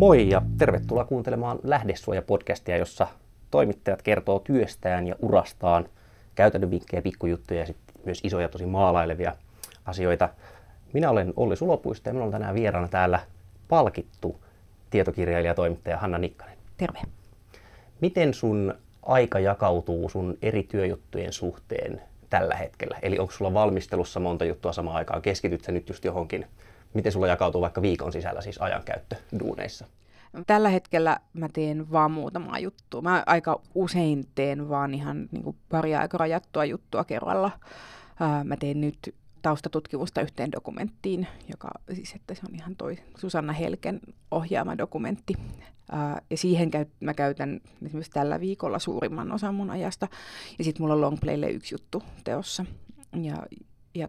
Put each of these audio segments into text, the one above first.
Moi ja tervetuloa kuuntelemaan Lähdesuoja-podcastia, jossa toimittajat kertoo työstään ja urastaan, käytännön vinkkejä, pikkujuttuja ja sitten myös isoja tosi maalailevia asioita. Minä olen Olli Sulopuisto ja minulla on tänään vieraana täällä palkittu tietokirjailija ja toimittaja Hanna Nikkanen. Terve. Miten sun aika jakautuu sun eri työjuttujen suhteen tällä hetkellä? Eli onko sulla valmistelussa monta juttua samaan aikaan? Keskityt sä nyt just johonkin? Miten sulla jakautuu vaikka viikon sisällä siis ajankäyttö duuneissa? Tällä hetkellä mä teen vaan muutamaa juttua. Mä aika usein teen vaan ihan niin kuin pari aika rajattua juttua kerralla. Mä teen nyt taustatutkimusta yhteen dokumenttiin, joka siis, että se on ihan toi Susanna Helken ohjaama dokumentti. Ja siihen mä käytän esimerkiksi tällä viikolla suurimman osan mun ajasta. Ja sitten mulla on Longplaylle yksi juttu teossa. Ja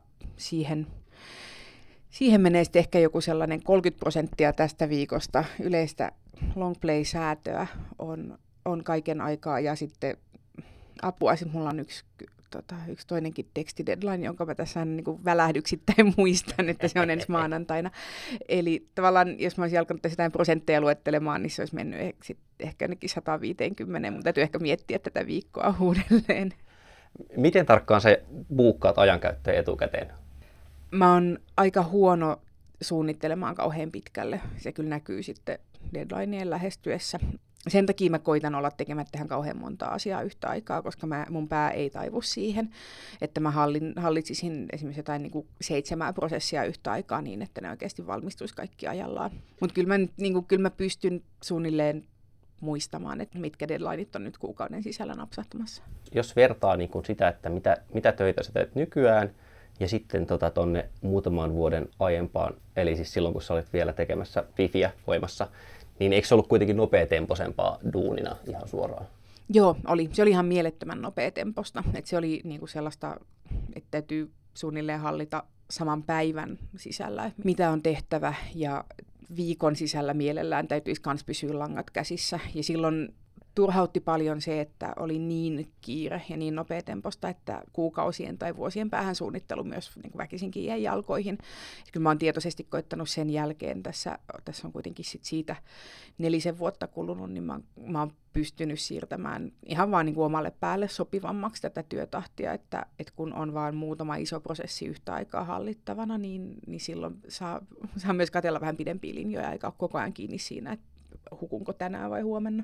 siihen menee sitten ehkä joku sellainen 30% tästä viikosta. Yleistä longplay-säätöä on kaiken aikaa ja sitten apua. Sitten mulla on yksi toinenkin tekstideadline, jonka mä tässä niin kuin välähdyksittäin muistan, että se on ensi maanantaina. Eli tavallaan, jos mä olisin alkanut jotain prosentteja luettelemaan, niin se olisi mennyt ehkä ainakin 150, mutta täytyy ehkä miettiä tätä viikkoa uudelleen. Miten tarkkaan se buukkaat ajankäyttöä etukäteen? Mä oon aika huono suunnittelemaan kauhean pitkälle. Se kyllä näkyy sitten deadlineen lähestyessä. Sen takia mä koitan olla tekemättä ihan kauhean monta asiaa yhtä aikaa, koska mun pää ei taivu siihen, että mä hallitsisin esimerkiksi jotain niin kuin 7 prosessia yhtä aikaa niin, että ne oikeasti valmistuisi kaikki ajallaan. Mutta kyllä mä pystyn suunnilleen muistamaan, että mitkä deadlineit on nyt kuukauden sisällä napsahtamassa. Jos vertaa niin kuin sitä, että mitä töitä sä teet nykyään, ja sitten tonne muutaman vuoden aiempaan, eli siis silloin kun sä olit vielä tekemässä Fifiä voimassa, niin eikö se ollut kuitenkin nopeatempoisempaa duunina ihan suoraan? Joo, oli. Se oli ihan mielettömän nopeatempoista. Et se oli niinku sellaista, että täytyy suunnilleen hallita saman päivän sisällä, mitä on tehtävä, ja viikon sisällä mielellään täytyisi myös pysyä langat käsissä. Ja silloin turhautti paljon se, että oli niin kiire ja niin nopeatempoista, että kuukausien tai vuosien päähän suunnittelu myös niin kuin väkisinkin jäi jalkoihin. Ja kyllä mä oon tietoisesti koittanut sen jälkeen, tässä on kuitenkin siitä 4 vuotta kulunut, niin mä oon pystynyt siirtämään ihan vaan niin kuin omalle päälle sopivammaksi tätä työtahtia, että kun on vaan muutama iso prosessi yhtä aikaa hallittavana, niin silloin saa myös katsella vähän pidempiä linjoja, eikä ole koko ajan kiinni siinä, että hukunko tänään vai huomenna.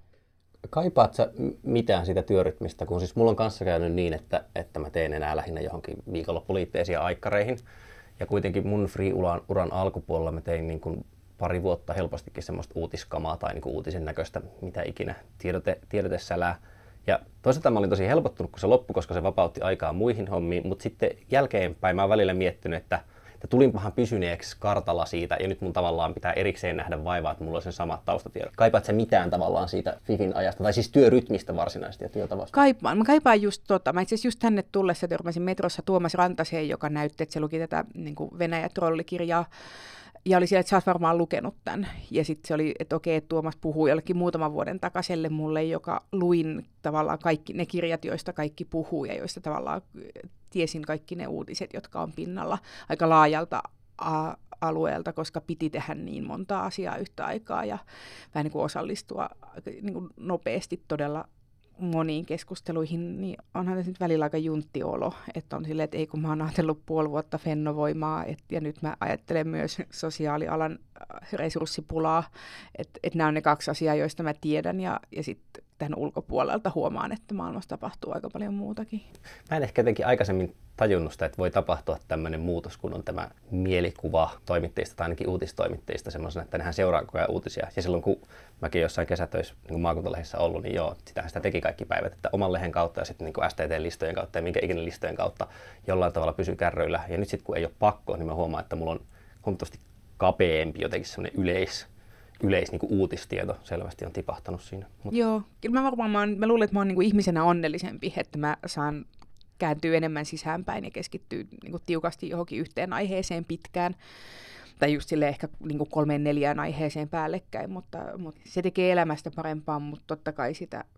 Kaipaat sä mitään siitä työrytmistä, kun siis mulla on kanssa käynyt niin, että mä teen enää lähinnä johonkin viikonloppuliitteisiin aikkareihin. Ja kuitenkin mun free-uran alkupuolella mä tein niin kuin pari vuotta helpostikin semmoista uutiskamaa tai niin kuin uutisen näköistä, mitä ikinä tiedotesälää. Ja toisaalta mä olin tosi helpottunut, kun se loppui, koska se vapautti aikaa muihin hommiin, mutta sitten jälkeenpäin mä oon välillä miettinyt, että tulinpahan pysyneeksi kartalla siitä, ja nyt mun tavallaan pitää erikseen nähdä vaivaa, että mulla on sen samat taustatiedot. Kaipaat sä mitään tavallaan siitä Fifin ajasta, tai siis työrytmistä varsinaisesti ja työtavasta? Kaipaan. Mä kaipaan just mä itse asiassa just tänne tullessa törmäsin metrossa Tuomas Rantaseen, joka näytti, että se luki tätä niin kuin Venäjä-trollikirjaa. Ja oli siellä, että sä oot varmaan lukenut tämän. Ja sitten se oli, että okei, että Tuomas puhuu jollekin muutaman vuoden takaiselle mulle, joka luin tavallaan kaikki ne kirjat, joista kaikki puhuu ja joista tavallaan tiesin kaikki ne uutiset, jotka on pinnalla aika laajalta alueelta, koska piti tehdä niin monta asiaa yhtä aikaa ja vähän niin kuin osallistua niin kuin nopeasti todella moniin keskusteluihin, niin onhan tässä nyt välillä aika junttiolo, että on silleen, että ei kun mä oon ajatellut 5 vuotta Fennovoimaa, ja nyt mä ajattelen myös sosiaalialan resurssipulaa, että nämä on ne 2 asiaa, joista mä tiedän, ja sitten tämän ulkopuolelta huomaan, että maailmassa tapahtuu aika paljon muutakin. Mä en ehkä jotenkin aikaisemmin tajunnut sitä, että voi tapahtua tämmöinen muutos, kun on tämä mielikuva toimittajista tai ainakin uutistoimittajista semmoisena, että nehän seuraa koko ajan uutisia. Ja silloin kun mäkin jossain kesätöissä niin maakuntalehdessä ollut, niin joo, sitähän sitä teki kaikki päivät, että oman lehden kautta ja sitten niin STT-listojen kautta ja minkä ikinä listojen kautta jollain tavalla pysyy kärryillä. Ja nyt sitten kun ei ole pakko, niin mä huomaan, että mulla on huomattavasti kapeampi jotenkin semmoinen yleis niin kuin uutistieto selvästi on tipahtanut siinä. Joo, kyllä mä luulen, että mä oon niin kuin ihmisenä onnellisempi, että mä saan kääntyä enemmän sisäänpäin ja keskittyä niin kuin tiukasti johonkin yhteen aiheeseen pitkään. Tai just silleen ehkä niin kuin 3-4 aiheeseen päällekkäin, mutta se tekee elämästä parempaa, mutta totta kai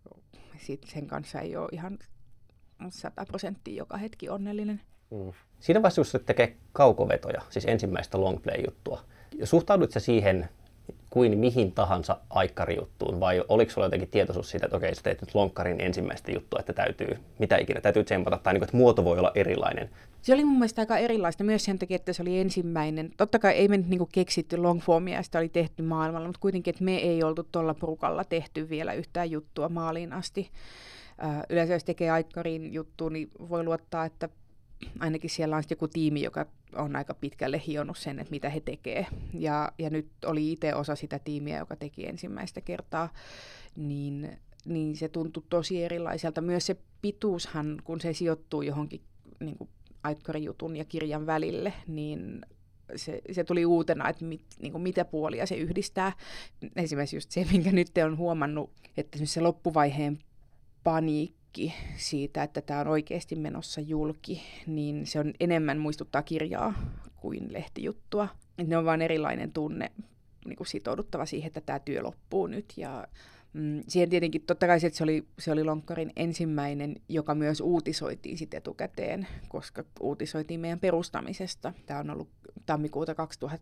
sen kanssa ei ole ihan 100% joka hetki onnellinen. Siinä vaiheessa, kun tekee kaukovetoja, siis ensimmäistä longplay-juttua, suhtaudut sä siihen kuin mihin tahansa aikkarijuttuun, vai oliko sulla jotenkin tietoisuus siitä, että okei, sä teet nyt lonkkarin ensimmäistä juttua, että mitä ikinä täytyy tsempata, tai niin kuin, että muoto voi olla erilainen? Se oli mun mielestä aika erilaista myös sen takia, että se oli ensimmäinen. Totta kai ei me nyt niinku keksitty longformia ja sitä oli tehty maailmalla, mutta kuitenkin, että me ei oltu tuolla porukalla tehty vielä yhtään juttua maaliin asti. Yleensä jos tekee aikkarin juttua, niin voi luottaa, että ainakin siellä on joku tiimi, joka on aika pitkälle hionut sen, että mitä he tekee. Ja nyt oli itse osa sitä tiimiä, joka teki ensimmäistä kertaa, niin se tuntui tosi erilaiselta. Myös se pituushan, kun se sijoittuu johonkin niin kuin aikkarijutun ja kirjan välille, niin se tuli uutena, että mitä puolia se yhdistää. Esimerkiksi just se, minkä nyt on huomannut, että se loppuvaiheen paniikki siitä, että tämä on oikeasti menossa julki, niin se on enemmän muistuttaa kirjaa kuin lehtijuttua. Ne on vain erilainen tunne, niin kuin sitouduttava siihen, että tämä työ loppuu nyt. Ja siihen tietenkin totta kai se oli lonkkarin ensimmäinen, joka myös uutisoitiin sitten etukäteen, koska uutisoitiin meidän perustamisesta. Tämä on ollut tammikuuta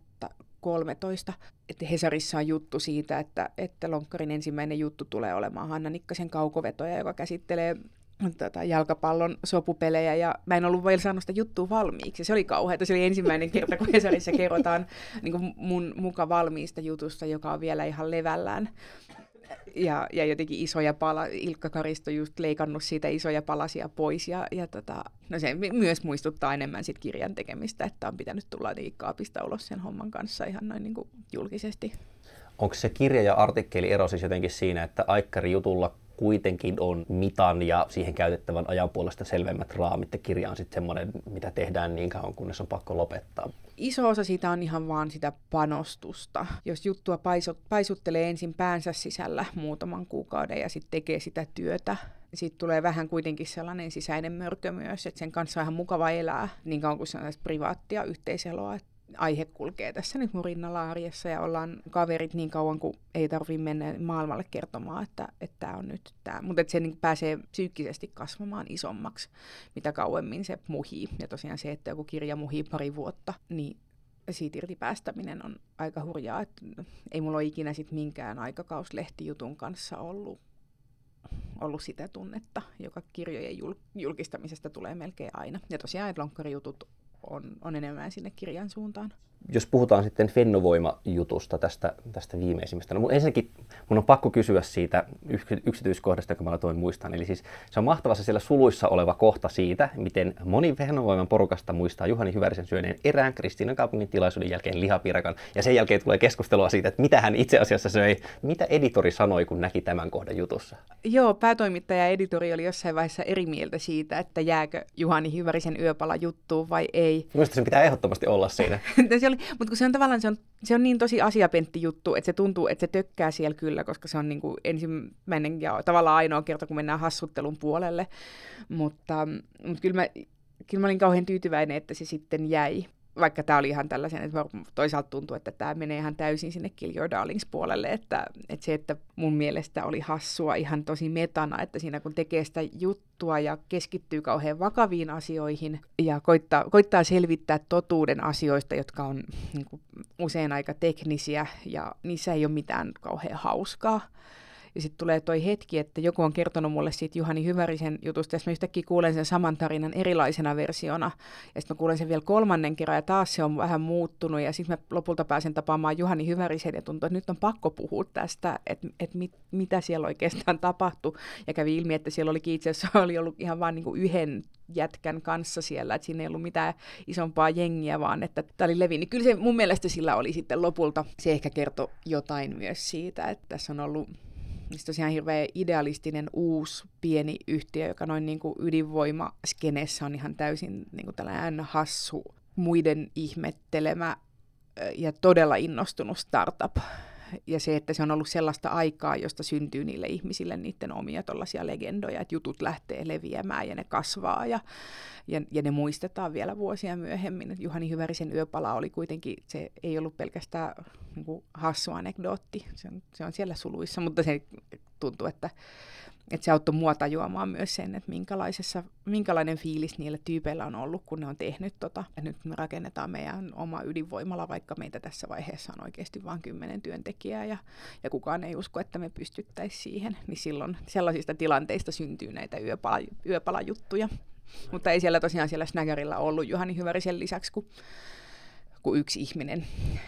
2013, että Hesarissa on juttu siitä, että lonkkarin ensimmäinen juttu tulee olemaan Hanna Nikkasen Kaukovetoja, joka käsittelee jalkapallon sopupelejä, ja mä en ollut vielä saanut sitä juttua valmiiksi. Se oli kauheata. Se oli ensimmäinen kerta, kun Hesarissa kerrotaan niin kuin mun muka valmiista jutusta, joka on vielä ihan levällään. Ja jotenkin isoja Ilkka Karisto just leikannut siitä isoja palasia pois, no se myös muistuttaa enemmän sit kirjan tekemistä, että on pitänyt tulla kaapista ulos sen homman kanssa ihan noin niin kuin julkisesti. Onko se kirja ja artikkeli ero siis jotenkin siinä, että aikkkarijutulla kuitenkin on mitan ja siihen käytettävän ajan puolesta selvemmät raamit, ja kirja on sitten semmoinen, mitä tehdään niin kauan, kunnes on pakko lopettaa? Iso osa siitä on ihan vaan sitä panostusta. Jos juttua paisuttelee ensin päänsä sisällä muutaman kuukauden ja sitten tekee sitä työtä, siitä tulee vähän kuitenkin sellainen sisäinen mörkö myös, että sen kanssa on ihan mukava elää niin kauan kuin se on privaattia yhteiseloa. Aihe kulkee tässä nyt mun rinnalla arjessa ja ollaan kaverit niin kauan, kuin ei tarvitse mennä maailmalle kertomaan, että tämä on nyt tämä. Mutta se niin pääsee psyykkisesti kasvamaan isommaksi, mitä kauemmin se muhii. Ja tosiaan se, että joku kirja muhii 2 vuotta, niin siitä irti päästäminen on aika hurjaa. Että ei mulla ole ikinä sit minkään aikakauslehtijutun kanssa ollut sitä tunnetta, joka kirjojen julkistamisesta tulee melkein aina. Ja tosiaan, että lonkkarijutut on enemmän sinne kirjan suuntaan. Jos puhutaan sitten Fennovoima-jutusta tästä viimeisimmästä, no ensinnäkin mun on pakko kysyä siitä yksityiskohdasta, jonka mä aloin muistaa. Eli siis se on mahtavassa siellä suluissa oleva kohta siitä, miten moni Fennovoiman porukasta muistaa Juhani Hyvärisen syöneen erään Kristiinankaupungin tilaisuuden jälkeen lihapiirakan. Ja sen jälkeen tulee keskustelua siitä, että mitä hän itse asiassa söi. Mitä editori sanoi, kun näki tämän kohdan jutussa? Joo, päätoimittaja ja editori oli jossain vaiheessa eri mieltä siitä, että jääkö Juhani Hyvärisen yöpala juttuun vai ei. Minusta sen pitää ehdottomasti olla siinä. Mutta kun se on tavallaan se on niin tosi asiapentti juttu, että se tuntuu, että se tökkää siellä kyllä, koska se on niin kuin ensimmäinen ja tavallaan ainoa kerta, kun mennään hassuttelun puolelle. Mutta kyllä mä olin kauhean tyytyväinen, että se sitten jäi. Vaikka tämä oli ihan tällaisen, että toisaalta tuntuu, että tämä menee ihan täysin sinne Kill Your Darlings puolelle, että se, että mun mielestä oli hassua ihan tosi metana, että siinä kun tekee sitä juttua ja keskittyy kauhean vakaviin asioihin ja koittaa selvittää totuuden asioista, jotka on niin kuin usein aika teknisiä ja niissä ei ole mitään kauhean hauskaa. Ja sitten tulee toi hetki, että joku on kertonut mulle siitä Juhani Hyvärisen jutusta, ja mä yhtäkkiä kuulen sen saman tarinan erilaisena versiona. Ja sitten mä kuulen sen vielä 3. kerran, ja taas se on vähän muuttunut. Ja sitten mä lopulta pääsen tapaamaan Juhani Hyvärisen, ja tuntuu, että nyt on pakko puhua tästä, että mitä siellä oikeastaan tapahtui. Ja kävi ilmi, että siellä olikin itse asiassa oli ollut ihan vaan niin kuin yhden jätkän kanssa siellä, että siinä ei ollut mitään isompaa jengiä, vaan että tämä oli levinnyt. Kyllä se mun mielestä sillä oli sitten lopulta, se ehkä kertoi jotain myös siitä, että tässä on ollut tosiaan hirveän idealistinen uusi pieni yhtiö, joka noin niin kuin ydinvoimaskenessä on ihan täysin niin kuin tällainen hassu, muiden ihmettelemä ja todella innostunut startup. Ja se, että se on ollut sellaista aikaa, josta syntyy niille ihmisille niiden omia tollaisia legendoja, että jutut lähtee leviämään ja ne kasvaa ja ne muistetaan vielä vuosia myöhemmin. Juhani Hyvärisen yöpala oli kuitenkin, se ei ollut pelkästään niin kuin hassu anekdootti, se on siellä suluissa, mutta se tuntuu, että että se auttoi mua tajuamaan myös sen, että minkälainen fiilis niillä tyypeillä on ollut, kun ne on tehnyt ja nyt me rakennetaan meidän oma ydinvoimala, vaikka meitä tässä vaiheessa on oikeasti vain 10 työntekijää ja kukaan ei usko, että me pystyttäisiin siihen, niin silloin sellaisista tilanteista syntyy näitä yöpalajuttuja. Mutta ei siellä tosiaan siellä Snägärillä ollut Juhani Hyvärisen lisäksi kuin yksi ihminen.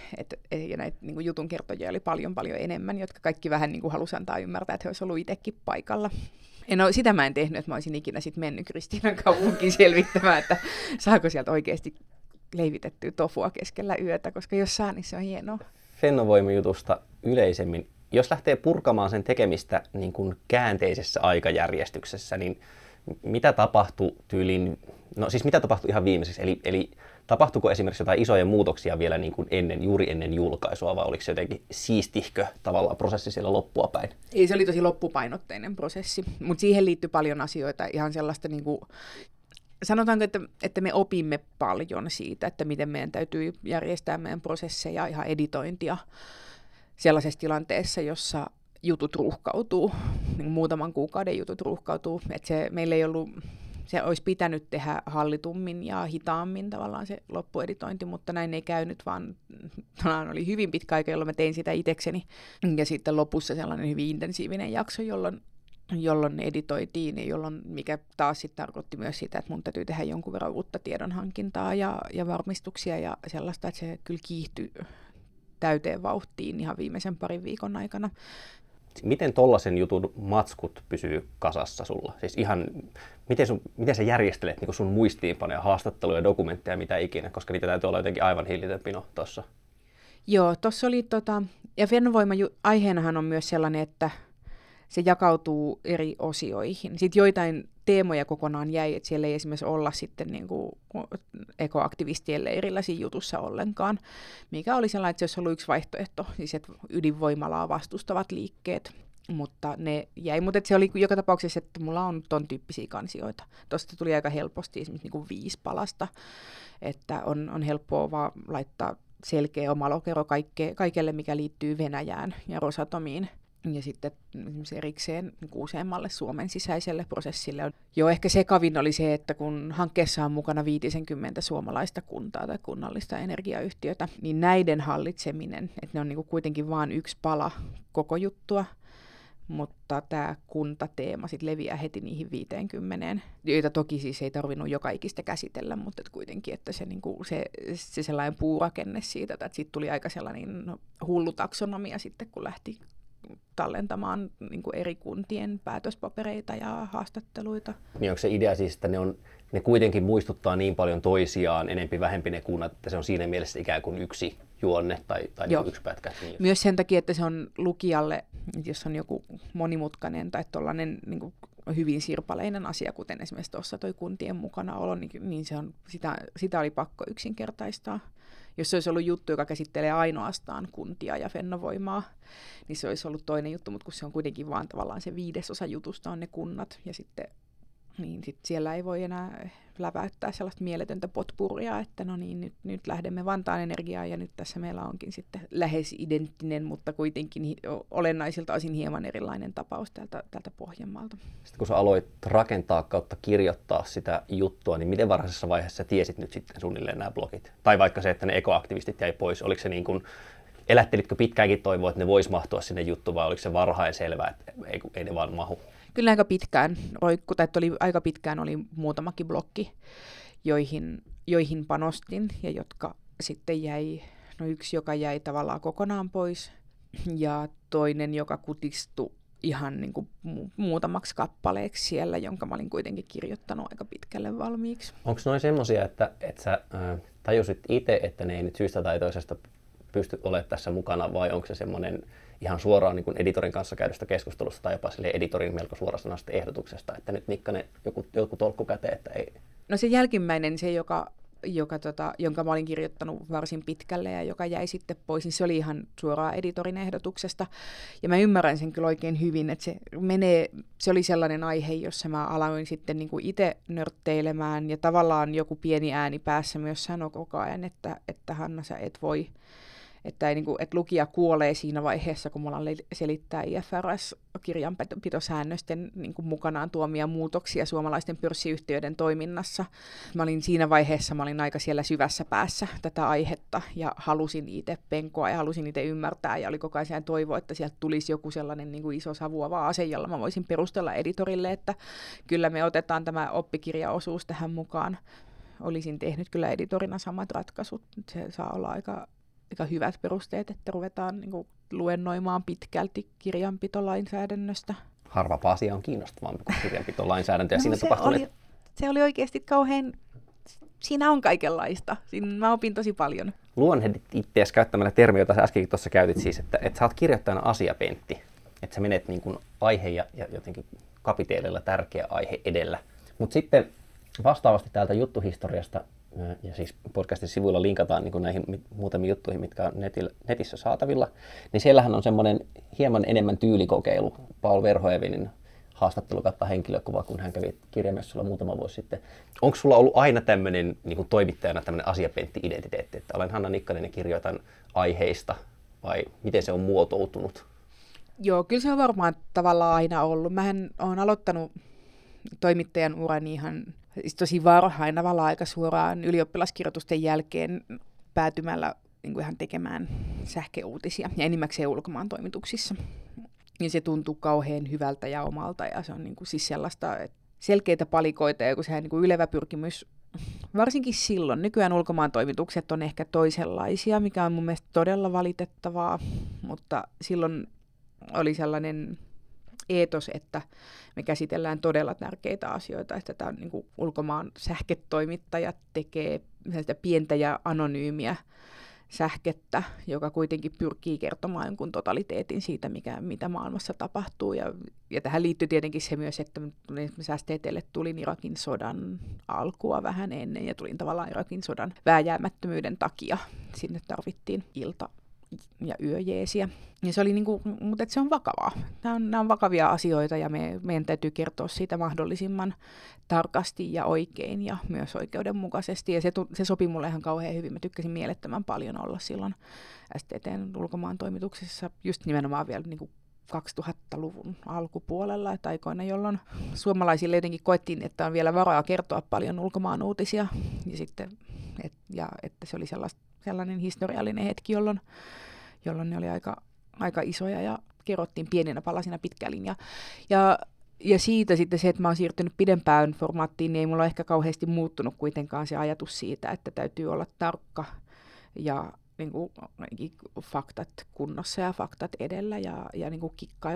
Ja näitä niin jutunkertojia oli paljon enemmän, jotka kaikki vähän niin halusi antaa ymmärtää, että he olisivat ollut itsekin paikalla. Sitä mä en tehnyt, että mä olisin ikinä sit mennyt Kristiinan kaupunkiin selvittämään, että saako sieltä oikeasti leivitettyä tofua keskellä yötä, koska jos saa, niin se on hienoa. Fennovoima-jutusta yleisemmin. Jos lähtee purkamaan sen tekemistä niin kuin käänteisessä aikajärjestyksessä, niin mitä tapahtui mitä tapahtui ihan viimeiseksi? Eli tapahtuiko esimerkiksi jotain isoja muutoksia vielä niin kuin juuri ennen julkaisua, vai oliko se jotenkin siistihkö tavallaan prosessi siellä loppua päin? Ei, se oli tosi loppupainotteinen prosessi, mutta siihen liittyy paljon asioita, ihan sellaista niin kuin, sanotaanko, että me opimme paljon siitä, että miten meidän täytyy järjestää meidän prosesseja, ihan editointia sellaisessa tilanteessa, jossa jutut ruuhkautuu, niin muutaman kuukauden jutut ruuhkautuu, että meillä ei ollut, se olisi pitänyt tehdä hallitummin ja hitaammin tavallaan se loppueditointi, mutta näin ei käynyt, vaan oli hyvin pitkä aika, jolloin mä tein sitä itsekseni, ja sitten lopussa sellainen hyvin intensiivinen jakso, jolloin editoitiin, ja mikä taas sitten tarkoitti myös sitä, että mun täytyy tehdä jonkun verran uutta tiedonhankintaa ja varmistuksia ja sellaista, että se kyllä kiihtyi täyteen vauhtiin ihan viimeisen parin viikon aikana. Miten tollaisen jutun matskut pysyy kasassa sulla? Siis ihan, miten sä järjestelet niin sun muistiinpanoja, haastatteluja, dokumentteja, mitä ikinä, koska niitä täytyy olla jotenkin aivan hillitön pino tuossa. Joo, tuossa oli ja Fennovoima-aiheenahan on myös sellainen, että se jakautuu eri osioihin. Sitten joitain teemoja kokonaan jäi, että siellä ei esimerkiksi olla sitten niin kuin ekoaktivistien leirillä siinä jutussa ollenkaan, mikä oli sellainen, että se olisi ollut yksi vaihtoehto, siis että ydinvoimalaa vastustavat liikkeet, mutta ne jäi. Mutta se oli joka tapauksessa, että mulla on ton tyyppisiä kansioita. Tuosta tuli aika helposti esimerkiksi niin kuin 5 palasta, että on helppoa vaan laittaa selkeä oma lokero kaikelle, mikä liittyy Venäjään ja Rosatomiin. Ja sitten erikseen useammalle Suomen sisäiselle prosessille. Joo, ehkä sekavin oli se, että kun hankkeessa on mukana 50 suomalaista kuntaa tai kunnallista energiayhtiötä, niin näiden hallitseminen, että ne on niinku kuitenkin vain yksi pala koko juttua, mutta tämä kuntateema sit leviää heti niihin 50, joita toki siis ei tarvinnut joka ikistä käsitellä, mutta kuitenkin, että se sellainen puurakenne siitä, että siitä tuli aika sellainen hullu taksonomia sitten, kun lähti tallentamaan niin kuin eri kuntien päätöspapereita ja haastatteluita. Niin onko se idea siis, että ne kuitenkin muistuttaa niin paljon toisiaan, enempi vähempi ne kunnat, että se on siinä mielessä ikään kuin yksi juonne tai niin yksi pätkä? Niin myös sen takia, että se on lukijalle, jos on joku monimutkainen tai tollainen niin kuin hyvin sirpaleinen asia, kuten esimerkiksi tuossa toi kuntien mukanaolo, niin se on, sitä oli pakko yksinkertaistaa. Jos se olisi ollut juttu, joka käsittelee ainoastaan kuntia ja Fennovoimaa, niin se olisi ollut toinen juttu, mutta kun se on kuitenkin vaan tavallaan se 5% jutusta on ne kunnat, ja sitten siellä ei voi enää läväyttää sellaista mieletöntä potpuria, että no niin, nyt lähdemme Vantaan Energiaan, ja nyt tässä meillä onkin sitten lähes identtinen, mutta kuitenkin olennaisilta osin hieman erilainen tapaus tältä Pohjanmaalta. Sitten kun sä aloit rakentaa kautta kirjoittaa sitä juttua, niin miten varhaisessa vaiheessa sä tiesit nyt sitten suunnilleen nämä blogit? Tai vaikka se, että ne ekoaktivistit jäi pois, oliko se niin kuin, elättelitkö pitkäänkin toivoa, että ne vois mahtua sinne juttuun, vai oliko se varhain selvää, että ei ne vaan mahu? Kyllä aika pitkään aika pitkään oli muutamakin blokki, joihin panostin ja jotka sitten jäi, yksi joka jäi tavallaan kokonaan pois ja toinen, joka kutistui ihan niin kuin muutamaksi kappaleeksi siellä, jonka mä olin kuitenkin kirjoittanut aika pitkälle valmiiksi. Onko noin semmoisia, että sä tajusit itse, että ne ei nyt syystä tai toisesta pysty olemaan tässä mukana, vai onko se semmoinen ihan suoraan niin kuin editorin kanssa käydystä keskustelusta tai jopa editorin melko suorasanaisesta ehdotuksesta, että nyt Mikkanen joku tolkku käteen, että ei? No se jälkimmäinen, se jonka mä olin kirjoittanut varsin pitkälle ja joka jäi sitten pois, niin se oli ihan suoraan editorin ehdotuksesta. Ja mä ymmärrän sen kyllä oikein hyvin, että se oli sellainen aihe, jossa mä aloin sitten niin kuin itse nörtteilemään, ja tavallaan joku pieni ääni päässä myös sanoi koko ajan, että Hanna, sä et voi Että, niin kuin, että lukija kuolee siinä vaiheessa, kun mulla on selittää IFRS-kirjanpitosäännösten niin kuin mukanaan tuomia muutoksia suomalaisten pörssiyhtiöiden toiminnassa. Mä olin siinä vaiheessa, aika siellä syvässä päässä tätä aihetta ja halusin itse penkoa ja halusin itse ymmärtää ja oli koko ajan toivo, että sieltä tulisi joku sellainen niin kuin iso savuava ase, jolla mä voisin perustella editorille, että kyllä me otetaan tämä oppikirjaosuus tähän mukaan. Olisin tehnyt kyllä editorina samat ratkaisut. Se saa olla aika hyvät perusteet, että ruvetaan niin kuin luennoimaan pitkälti kirjanpitolainsäädännöstä. Harvapa asia on kiinnostavampi kuin kirjanpitolainsäädäntö ja siinä se oli oikeasti kauhean, siinä on kaikenlaista. Siinä mä opin tosi paljon. Luonnehdit itseäsi käyttämällä termiä, jota sä äskenkin tuossa käytit siis, että sä oot kirjoittajana asiapentti. Että sä menet niin kuin aihe ja jotenkin kapiteelilla tärkeä aihe edellä. Mutta sitten vastaavasti täältä juttuhistoriasta, ja siis podcastin sivuilla linkataan niin kuin näihin muutamiin juttuihin, mitkä on netissä saatavilla, niin siellähän on semmoinen hieman enemmän tyylikokeilu Paul Verhoevenin haastattelu kautta henkilökuva, kun hän kävi kirjamessuilla muutama vuosi sitten. Onko sulla ollut aina tämmöinen niin kuin toimittajana tämmöinen asiapentti-identiteetti, että olen Hanna Nikkanen ja kirjoitan aiheista, vai miten se on muotoutunut? Joo, kyllä se on varmaan tavallaan aina ollut. Mähän olen aloittanut toimittajan urani ihan siis tosi varhain, tavallaan aika suoraan ylioppilaskirjoitusten jälkeen päätymällä niin kuin ihan tekemään sähköuutisia ja enimmäkseen ulkomaan toimituksissa. Ja se tuntuu kauhean hyvältä ja omalta ja se on niin kuin siis sellaista selkeitä palikoita ja kun sehän niin kuin ylevä pyrkimys, varsinkin silloin, nykyään ulkomaan toimitukset on ehkä toisenlaisia, mikä on mun mielestä todella valitettavaa, mutta silloin oli sellainen eetos, että me käsitellään todella tärkeitä asioita, että tämä niin kuin ulkomaan sähketoimittajat tekee pientä ja anonyymiä sähkettä, joka kuitenkin pyrkii kertomaan jonkun totaliteetin siitä, mitä maailmassa tapahtuu. Ja tähän liittyy tietenkin se myös, että STT:lle tulin Irakin sodan alkua vähän ennen ja tulin tavallaan Irakin sodan vääjäämättömyyden takia. Sinne tarvittiin ilta- ja yöjeesiä. Ja se oli niinku, mutta se on vakavaa. Nämä on vakavia asioita ja meidän täytyy kertoa siitä mahdollisimman tarkasti ja oikein ja myös oikeudenmukaisesti. Ja se sopi mulle ihan kauhean hyvin. Mä tykkäsin mielettömän paljon olla silloin STT:n ulkomaan toimituksessa just nimenomaan vielä niinku 2000-luvun alkupuolella, että aikoina, jolloin suomalaisille jotenkin koettiin, että on vielä varaa kertoa paljon ulkomaan uutisia. Ja sitten, että se oli sellainen historiallinen hetki, jolloin ne oli aika isoja ja kerrottiin pieninä palasina pitkä linja. Ja siitä sitten se, että mä oon siirtynyt pidempään formaattiin, niin ei mulla ehkä kauheasti muuttunut kuitenkaan se ajatus siitä, että täytyy olla tarkka ja niin kuin, faktat kunnossa ja faktat edellä ja niin kuin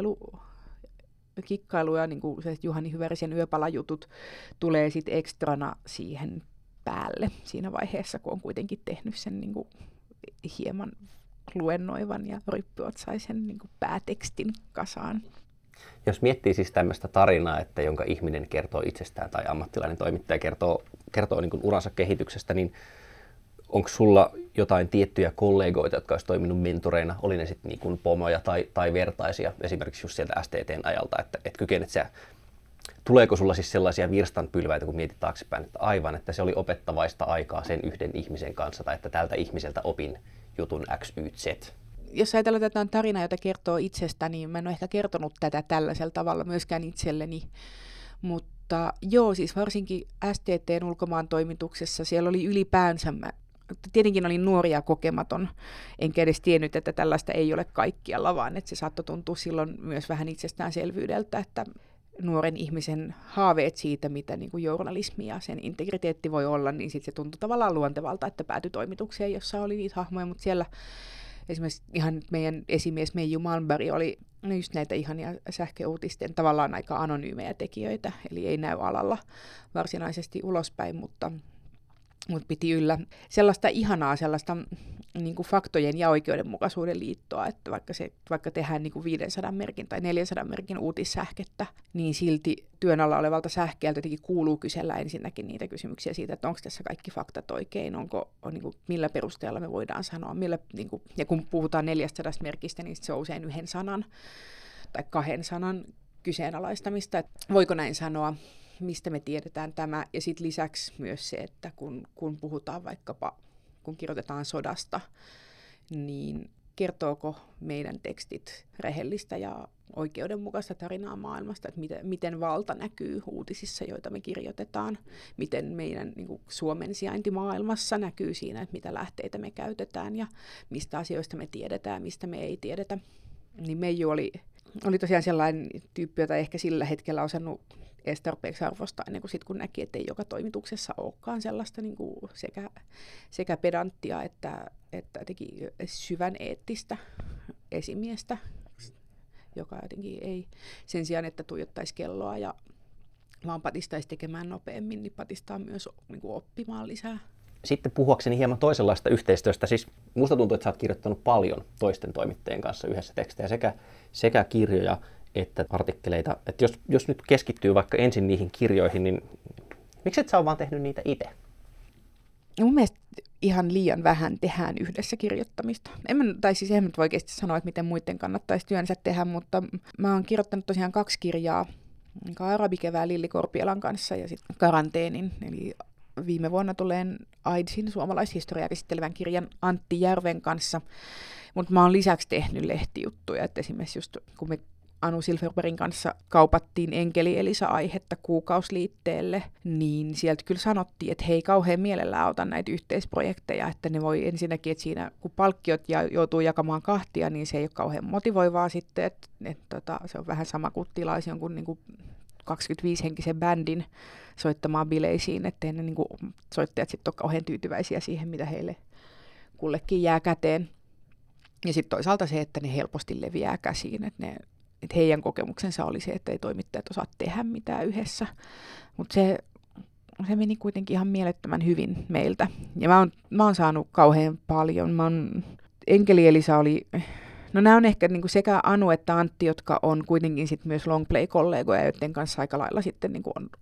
kikkailu ja niin kuin se Juhani Hyvärisen yöpalajutut tulee sitten ekstrana siihen päälle siinä vaiheessa, kun on kuitenkin tehnyt sen niin kuin hieman luennoivan ja ryppyotsaisen niin kuin päätekstin kasaan. Jos miettii siis tämmöistä tarinaa, että jonka ihminen kertoo itsestään tai ammattilainen toimittaja kertoo niin kuin uransa kehityksestä, niin onko sulla jotain tiettyjä kollegoita, jotka olisi toiminut mentoreina, oli ne sitten niin kuin pomoja tai vertaisia, esimerkiksi just sieltä STT:n ajalta, että kykenet sä, tuleeko sulla siis sellaisia virstanpylväitä, kun mietit taaksepäin, että aivan, että se oli opettavaista aikaa sen yhden ihmisen kanssa, tai että tältä ihmiseltä opin jutun X, Y, Z? Jos ajatellaan, että tämä on tarina, jota kertoo itsestä, niin mä en ole ehkä kertonut tätä tällaisella tavalla myöskään itselleni. Mutta joo, siis varsinkin STT:n ulkomaan toimituksessa siellä oli ylipäänsä, tietenkin olin nuori ja kokematon, enkä edes tiennyt, että tällaista ei ole kaikkialla, vaan että se saattoi tuntua silloin myös vähän itsestäänselvyydeltä, että nuoren ihmisen haaveet siitä, mitä niin kuin journalismi ja sen integriteetti voi olla, niin sitten se tuntui tavallaan luontevalta, että päätyi toimitukseen, jossa oli niitä hahmoja, mutta siellä esimerkiksi ihan meidän esimies Meiju Malmberg oli just näitä ihania sähköuutisten tavallaan aika anonyymejä tekijöitä, eli ei näy alalla varsinaisesti ulospäin, mutta piti yllä sellaista ihanaa, sellaista niin kuin faktojen ja oikeudenmukaisuuden liittoa, että vaikka tehdään niin kuin 500 merkin tai 400 merkin uutissähkettä, niin silti työn alla olevalta sähkeältä jotenkin kuuluu kysellä ensinnäkin niitä kysymyksiä siitä, että onko tässä kaikki faktat oikein, niin kuin, millä perusteella me voidaan sanoa, niin kuin, ja kun puhutaan 400 merkistä, niin se on usein 1 sanan tai 2 sanan kyseenalaistamista, että voiko näin sanoa, mistä me tiedetään tämä, ja sitten lisäksi myös se, että kun puhutaan vaikkapa, kun kirjoitetaan sodasta, niin kertooko meidän tekstit rehellistä ja oikeudenmukaista tarinaa maailmasta, että miten valta näkyy uutisissa, joita me kirjoitetaan, miten meidän niin kuin Suomen sijainti maailmassa näkyy siinä, että mitä lähteitä me käytetään ja mistä asioista me tiedetään, mistä me ei tiedetä. Niin Meiju oli tosiaan sellainen tyyppi, jota ehkä sillä hetkellä osannut edes tarpeeksi arvostaa, ennen kuin sit kun näki, että ei joka toimituksessa olekaan sellaista niin kuin sekä pedanttia että jotenkin syvän eettistä esimiestä, joka jotenkin ei sen sijaan, että tuijottaisi kelloa ja vaan patistaisi tekemään nopeammin, niin patistaa myös niin kuin oppimaan lisää. Sitten puhuakseni hieman toisenlaista yhteistyöstä, siis musta tuntuu, että sä oot kirjoittanut paljon toisten toimittajien kanssa yhdessä tekstejä, sekä kirjoja että artikkeleita. Että jos nyt keskittyy vaikka ensin niihin kirjoihin, niin miksi et sä ole vaan tehnyt niitä itse? Mun mielestä ihan liian vähän tehdään yhdessä kirjoittamista. En nyt voi oikeasti sanoa, että miten muiden kannattaisi työnsä tehdä, mutta mä oon kirjoittanut tosiaan 2 kirjaa, Arabikevään Lilli Korpielan kanssa ja sitten Karanteenin, eli viime vuonna tulleen AIDSin suomalaishistoriaa käsittelevän kirjan Antti Järven kanssa. Mutta mä oon lisäksi tehnyt lehtijuttuja, että esimerkiksi just kun me Anu Silverbergin kanssa kaupattiin Enkeli Elisa-aihetta kuukausliitteelle, niin sieltä kyllä sanottiin, että he ei kauhean mielellään ota näitä yhteisprojekteja, että ne voi ensinnäkin, että siinä kun palkkiot joutuu jakamaan 2, niin se ei ole kauhean motivoivaa sitten, että se on vähän sama kuin tilaisi jonkun niin kuin 25-henkisen bändin soittamaan bileisiin, ettei ne niin kuin soittajat sitten ole kauhean tyytyväisiä siihen, mitä heille kullekin jää käteen. Ja sitten toisaalta se, että ne helposti leviää käsiin, että heidän kokemuksensa oli se, että ei toimittajat osaa tehdä mitään yhdessä. Mutta se meni kuitenkin ihan mielettömän hyvin meiltä. Ja mä oon saanut kauhean paljon. Enkeli Elisa oli... No nämä on ehkä niinku sekä Anu että Antti, jotka on kuitenkin sit myös longplay-kollegoja, joiden kanssa aika lailla sitten niinku on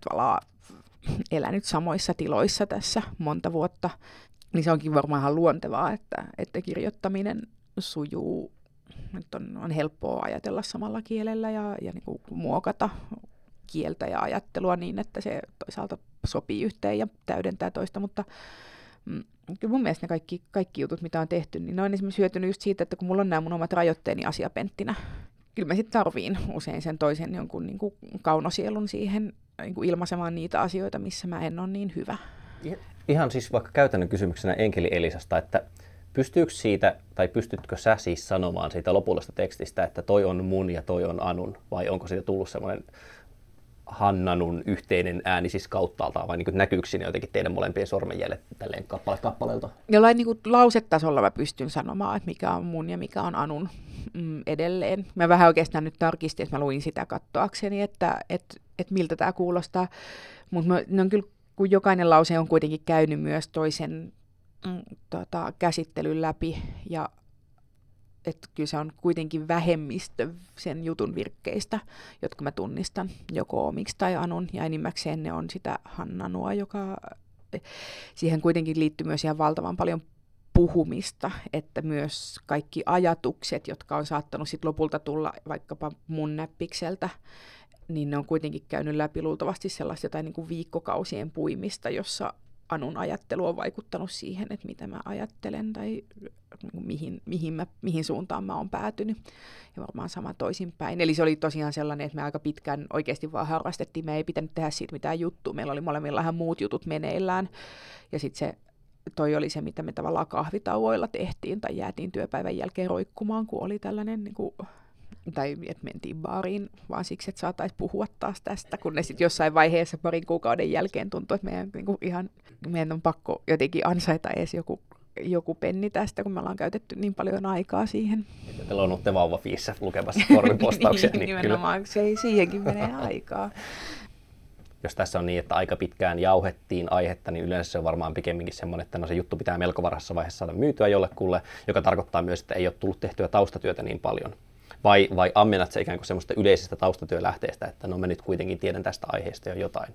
elänyt samoissa tiloissa tässä monta vuotta. Niin se onkin varmaan ihan luontevaa, että kirjoittaminen sujuu, että on helppoa ajatella samalla kielellä ja niinku muokata kieltä ja ajattelua niin, että se toisaalta sopii yhteen ja täydentää toista, mutta mun mielestä ne kaikki jutut, mitä on tehty, niin ne on esimerkiksi hyötynyt just siitä, että kun mulla on nämä mun omat rajoitteeni asiapenttinä, kyllä mä sitten tarviin usein sen toisen jonkun niin kuin kaunosielun siihen niin kuin ilmaisemaan niitä asioita, missä mä en ole niin hyvä. Ihan siis vaikka käytännön kysymyksenä Enkeli Elisasta, että pystytkö sä siis sanomaan siitä lopullisesta tekstistä, että toi on mun ja toi on Anun, vai onko siitä tullut semmoinen Hannanun yhteinen ääni siis kauttaaltaan, vai niin näkyykö siinä jotenkin teidän molempien sormenjäljet tälleen kappaleelta? Jollain niin kuin lausetasolla mä pystyn sanomaan, että mikä on mun ja mikä on Anun edelleen. Mä vähän oikeastaan nyt tarkistin, että mä luin sitä katsoakseni, että miltä tämä kuulostaa. Mutta ne on kyllä, kun jokainen lause on kuitenkin käynyt myös toisen käsittelyn läpi, ja että kyllä se on kuitenkin vähemmistö sen jutun virkkeistä, jotka mä tunnistan joko omiksi tai Anun, ja enimmäkseen ne on sitä Hannanua, joka siihen kuitenkin liittyy myös ihan valtavan paljon puhumista, että myös kaikki ajatukset, jotka on saattanut sit lopulta tulla vaikkapa mun näppikseltä, niin ne on kuitenkin käynyt läpi luultavasti sellaista jotain niin kuin viikkokausien puimista, jossa Anun ajattelu on vaikuttanut siihen, että mitä mä ajattelen tai mihin suuntaan mä oon päätynyt. Ja varmaan sama toisinpäin. Eli se oli tosiaan sellainen, että me aika pitkään oikeasti vaan harrastettiin. Me ei pitänyt tehdä siitä mitään juttua. Meillä oli molemmilla ihan muut jutut meneillään. Ja sitten toi oli se, mitä me tavallaan kahvitauoilla tehtiin tai jäätiin työpäivän jälkeen roikkumaan, kun oli tällainen niin kuin, tai että mentiin baariin vaan siksi, että saataisiin puhua taas tästä, kun ne sitten jossain vaiheessa parin kuukauden jälkeen tuntui, että meidän on pakko jotenkin ansaita edes joku penni tästä, kun me ollaan käytetty niin paljon aikaa siihen. Teillä on olette vauvafiissä lukemassa korvipostauksia. niin nimenomaan, siihenkin menee aikaa. Jos tässä on niin, että aika pitkään jauhettiin aihetta, niin yleensä se on varmaan pikemminkin semmoinen, että se juttu pitää melko varhaisessa vaiheessa saada myytyä jollekulle, joka tarkoittaa myös, että ei ole tullut tehtyä taustatyötä niin paljon. Vai ammennat se ikään kuin semmoista yleisestä taustatyölähteestä, että no mä nyt kuitenkin tiedän tästä aiheesta jo jotain.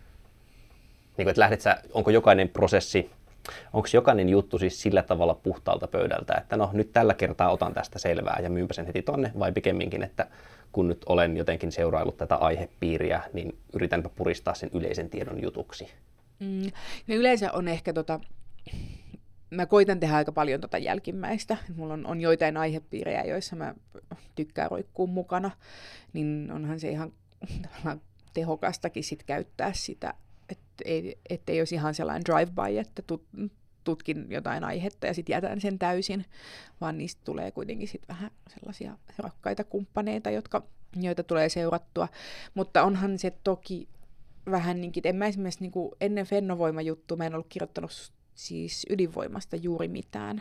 Niin kuin, että onko jokainen prosessi, onko jokainen juttu siis sillä tavalla puhtaalta pöydältä, että no nyt tällä kertaa otan tästä selvää ja myynpä sen heti tonne, vai pikemminkin, että kun nyt olen jotenkin seuraillut tätä aihepiiriä, niin yritänpä puristaa sen yleisen tiedon jutuksi. No yleensä on ehkä mä koitan tehdä aika paljon jälkimmäistä. Mulla on joitain aihepiirejä, joissa mä tykkään roikkua mukana, niin onhan se ihan tehokastakin sit käyttää sitä, että ei olisi ihan sellainen drive-by, että tutkin jotain aihetta ja sitten jätän sen täysin, vaan niistä tulee kuitenkin sit vähän sellaisia rakkaita kumppaneita, joita tulee seurattua. Mutta onhan se toki vähän niinkin, en mä esimerkiksi niin ennen Fennovoima-juttua, mä en ollut kirjoittanut siis ydinvoimasta juuri mitään.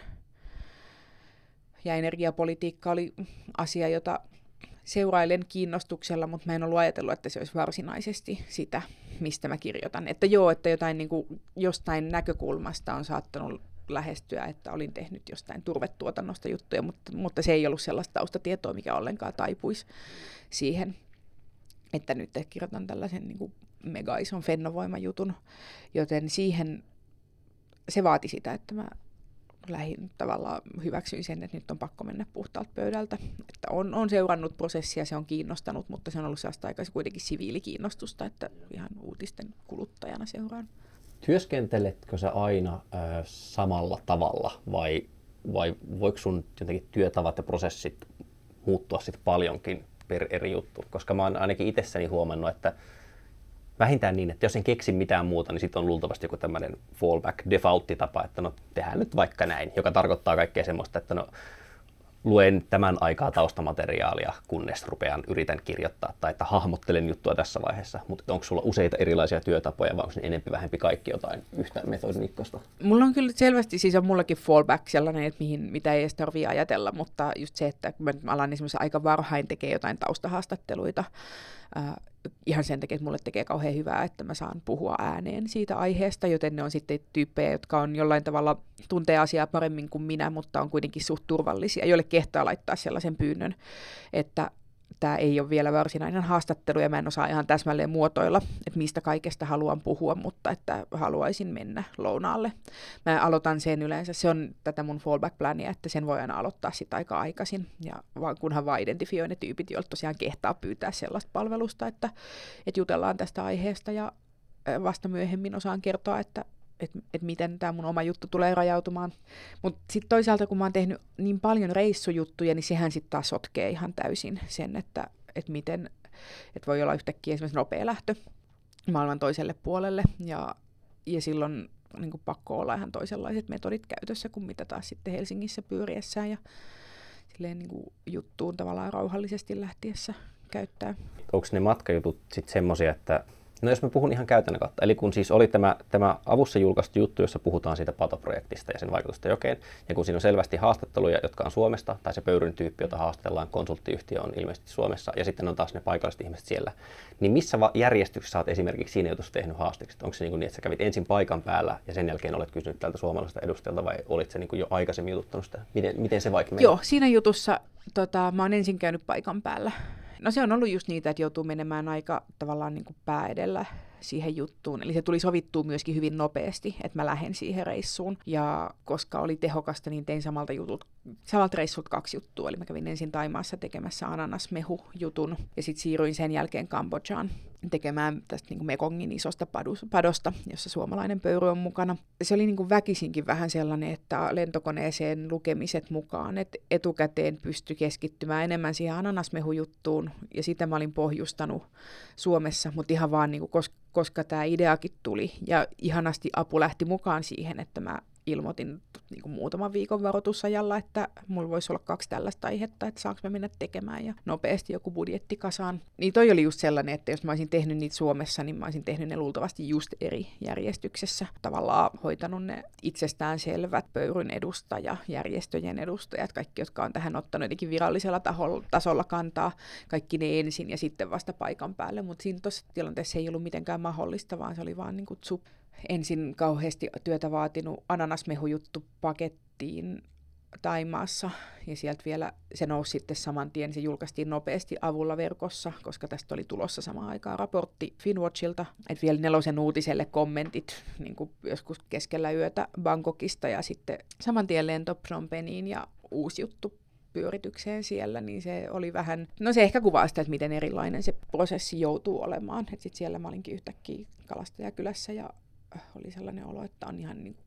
Ja energiapolitiikka oli asia, jota seurailen kiinnostuksella, mutta mä en ollut ajatellut, että se olisi varsinaisesti sitä, mistä mä kirjoitan. Että joo, että jotain, niin kuin, jostain näkökulmasta on saattanut lähestyä, että olin tehnyt jostain turvetuotannosta juttuja, mutta se ei ollut sellaista taustatietoa, mikä ollenkaan taipuisi siihen, että nyt kirjoitan tällaisen niin kuin mega ison Fennovoima-jutun, joten siihen se vaati sitä, että mä lähin tavallaan hyväksyin sen, että nyt on pakko mennä puhtaalta pöydältä. Että on seurannut prosessia, se on kiinnostanut, mutta se on ollut sellaista aika kuitenkin siviilikiinnostusta, että ihan uutisten kuluttajana seuraan. Työskenteletkö sä aina samalla tavalla vai voiko sun jotenkin työtavat ja prosessit muuttua sitten paljonkin per eri juttu? Koska mä oon ainakin itsessäni huomannut, että vähintään niin, että jos en keksi mitään muuta, niin sitten on luultavasti joku tämmöinen fallback default-tapa, että no tehdään nyt vaikka näin, joka tarkoittaa kaikkea semmoista, että no luen tämän aikaa taustamateriaalia, kunnes yritän kirjoittaa tai että hahmottelen juttua tässä vaiheessa, mutta onko sulla useita erilaisia työtapoja vai onko ne enempi vähempi kaikki jotain yhtä metodikkoista? Mulla on kyllä selvästi, siis on mullakin fallback sellainen, että mitä ei edes tarvitse ajatella, mutta just se, että mä alan esimerkiksi aika varhain tekee jotain taustahaastatteluita, ihan sen takia, että mulle tekee kauhean hyvää, että mä saan puhua ääneen siitä aiheesta, joten ne on sitten tyyppejä, jotka on jollain tavalla tuntee asiaa paremmin kuin minä, mutta on kuitenkin suht turvallisia, joille kehtaa laittaa sellaisen pyynnön, että tämä ei ole vielä varsinainen haastattelu ja mä en osaa ihan täsmälleen muotoilla, että mistä kaikesta haluan puhua, mutta että haluaisin mennä lounaalle. Mä aloitan sen yleensä, se on tätä mun fallback-plania, että sen voi aina aloittaa sitä aika aikaisin, ja kunhan vaan identifioin ne tyypit, joilta tosiaan kehtaa pyytää sellaista palvelusta, että jutellaan tästä aiheesta ja vasta myöhemmin osaan kertoa, että miten tämä mun oma juttu tulee rajautumaan. Mutta sitten toisaalta, kun mä oon tehnyt niin paljon reissujuttuja, niin sehän sitten taas sotkee ihan täysin sen, että miten, että voi olla yhtäkkiä esimerkiksi nopea lähtö maailman toiselle puolelle, ja silloin niin kuin pakko olla ihan toisenlaiset metodit käytössä kuin mitä taas sitten Helsingissä pyöriessään ja silleen niin kuin juttuun tavallaan rauhallisesti lähtiessä käyttää. Onko ne matkajutut sitten semmoisia, että no jos mä puhun ihan käytännön kautta, eli kun siis oli tämä avussa julkaistu juttu, jossa puhutaan siitä patoprojektista ja sen vaikutusta jokeen, ja kun siinä on selvästi haastatteluja, jotka on Suomesta, tai se Pöyryn tyyppi, jota haastellaan, konsulttiyhtiö on ilmeisesti Suomessa, ja sitten on taas ne paikalliset ihmiset siellä, niin missä järjestyksessä sä oot esimerkiksi siinä jutussa tehnyt haasteeksi? Onko se niin, että sä kävit ensin paikan päällä, ja sen jälkeen olet kysynyt tältä suomalaiselta edustajalta, vai olit sä niin jo aikaisemmin jututtanut sitä? Miten se vaikka meni? Joo, siinä jutussa mä oon ensin käynyt paikan päällä. No se on ollut just niitä, että joutuu menemään aika tavallaan niin kuin pää edellä siihen juttuun. Eli se tuli sovittua myöskin hyvin nopeasti, että mä lähden siihen reissuun. Ja koska oli tehokasta, niin tein samalta reissulta 2 juttua. Eli mä kävin ensin Thaimaassa tekemässä ananasmehu-jutun ja sitten siirryin sen jälkeen Kambodžaan tekemään tästä niin kuin Mekongin isosta padosta, jossa suomalainen pöyry on mukana. Se oli niin kuin väkisinkin vähän sellainen, että lentokoneeseen lukemiset mukaan, että etukäteen pystyi keskittymään enemmän siihen ananasmehujuttuun, ja sitä mä olin pohjustanut Suomessa, mutta ihan vaan niin kuin, koska tämä ideakin tuli, ja ihanasti apu lähti mukaan siihen, että mä ilmoitin niin kuin muutaman viikon varoitusajalla, että mulla voisi olla 2 tällaista aihetta, että saanko mä mennä tekemään ja nopeasti joku budjetti kasaan. Niin toi oli just sellainen, että jos mä olisin tehnyt niitä Suomessa, niin mä olisin tehnyt ne luultavasti just eri järjestyksessä. Tavallaan hoitanut ne itsestään selvät Pöyryn järjestöjen edustajat, kaikki, jotka on tähän ottanut jotenkin virallisella tasolla kantaa, kaikki ne ensin ja sitten vasta paikan päälle, mutta siinä tuossa tilanteessa ei ollut mitenkään mahdollista, vaan se oli vaan niin kuin ensin kauheasti työtä vaatinut ananasmehujuttu pakettiin Thaimaassa, ja sieltä vielä se nousi sitten saman tien, se julkaistiin nopeasti avulla verkossa, koska tästä oli tulossa samaan aikaan raportti Finwatchilta, että vielä 4 uutiselle kommentit niin kuin joskus keskellä yötä Bangkokista, ja sitten saman tien lento Phnom Penhiin ja uusi juttu pyöritykseen siellä, niin se oli vähän, no se ehkä kuvaa sitä, että miten erilainen se prosessi joutuu olemaan, että sitten siellä mä olinkin yhtäkkiä kalastajakylässä ja oli sellainen olo, että on ihan niin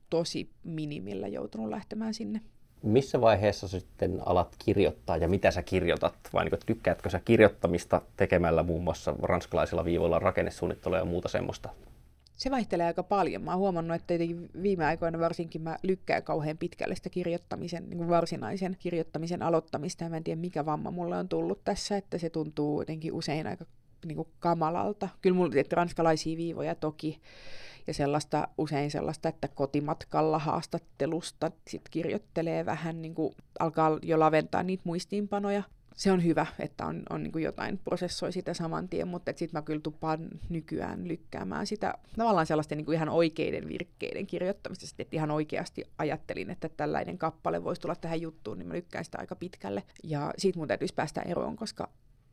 tosi minimillä joutunut lähtemään sinne. Missä vaiheessa sitten alat kirjoittaa ja mitä sä kirjoitat? Vai niin, tykkäätkö sä kirjoittamista tekemällä muun muassa ranskalaisilla viivoilla rakennesuunnittelua ja muuta semmoista? Se vaihtelee aika paljon. Mä oon huomannut, että viime aikoina varsinkin mä lykkään kauhean pitkälle sitä kirjoittamisen, niin kuin varsinaisen kirjoittamisen aloittamista. Ja mä en tiedä, mikä vamma mulle on tullut tässä, että se tuntuu jotenkin usein aika niin kuin kamalalta. Kyllä mulla ranskalaisia viivoja toki. Ja usein sellaista, että kotimatkalla haastattelusta sit kirjoittelee vähän, niin kuin alkaa jo laventaa niitä muistiinpanoja. Se on hyvä, että on niin kuin jotain prosessoi sitä saman tien, mutta sitten mä kyllä tupaan nykyään lykkäämään sitä tavallaan sellaisten niin kuin ihan oikeiden virkkeiden kirjoittamista. Sitten, että ihan oikeasti ajattelin, että tällainen kappale voisi tulla tähän juttuun, niin mä lykkään sitä aika pitkälle. Ja siitä mun täytyisi päästä eroon, koska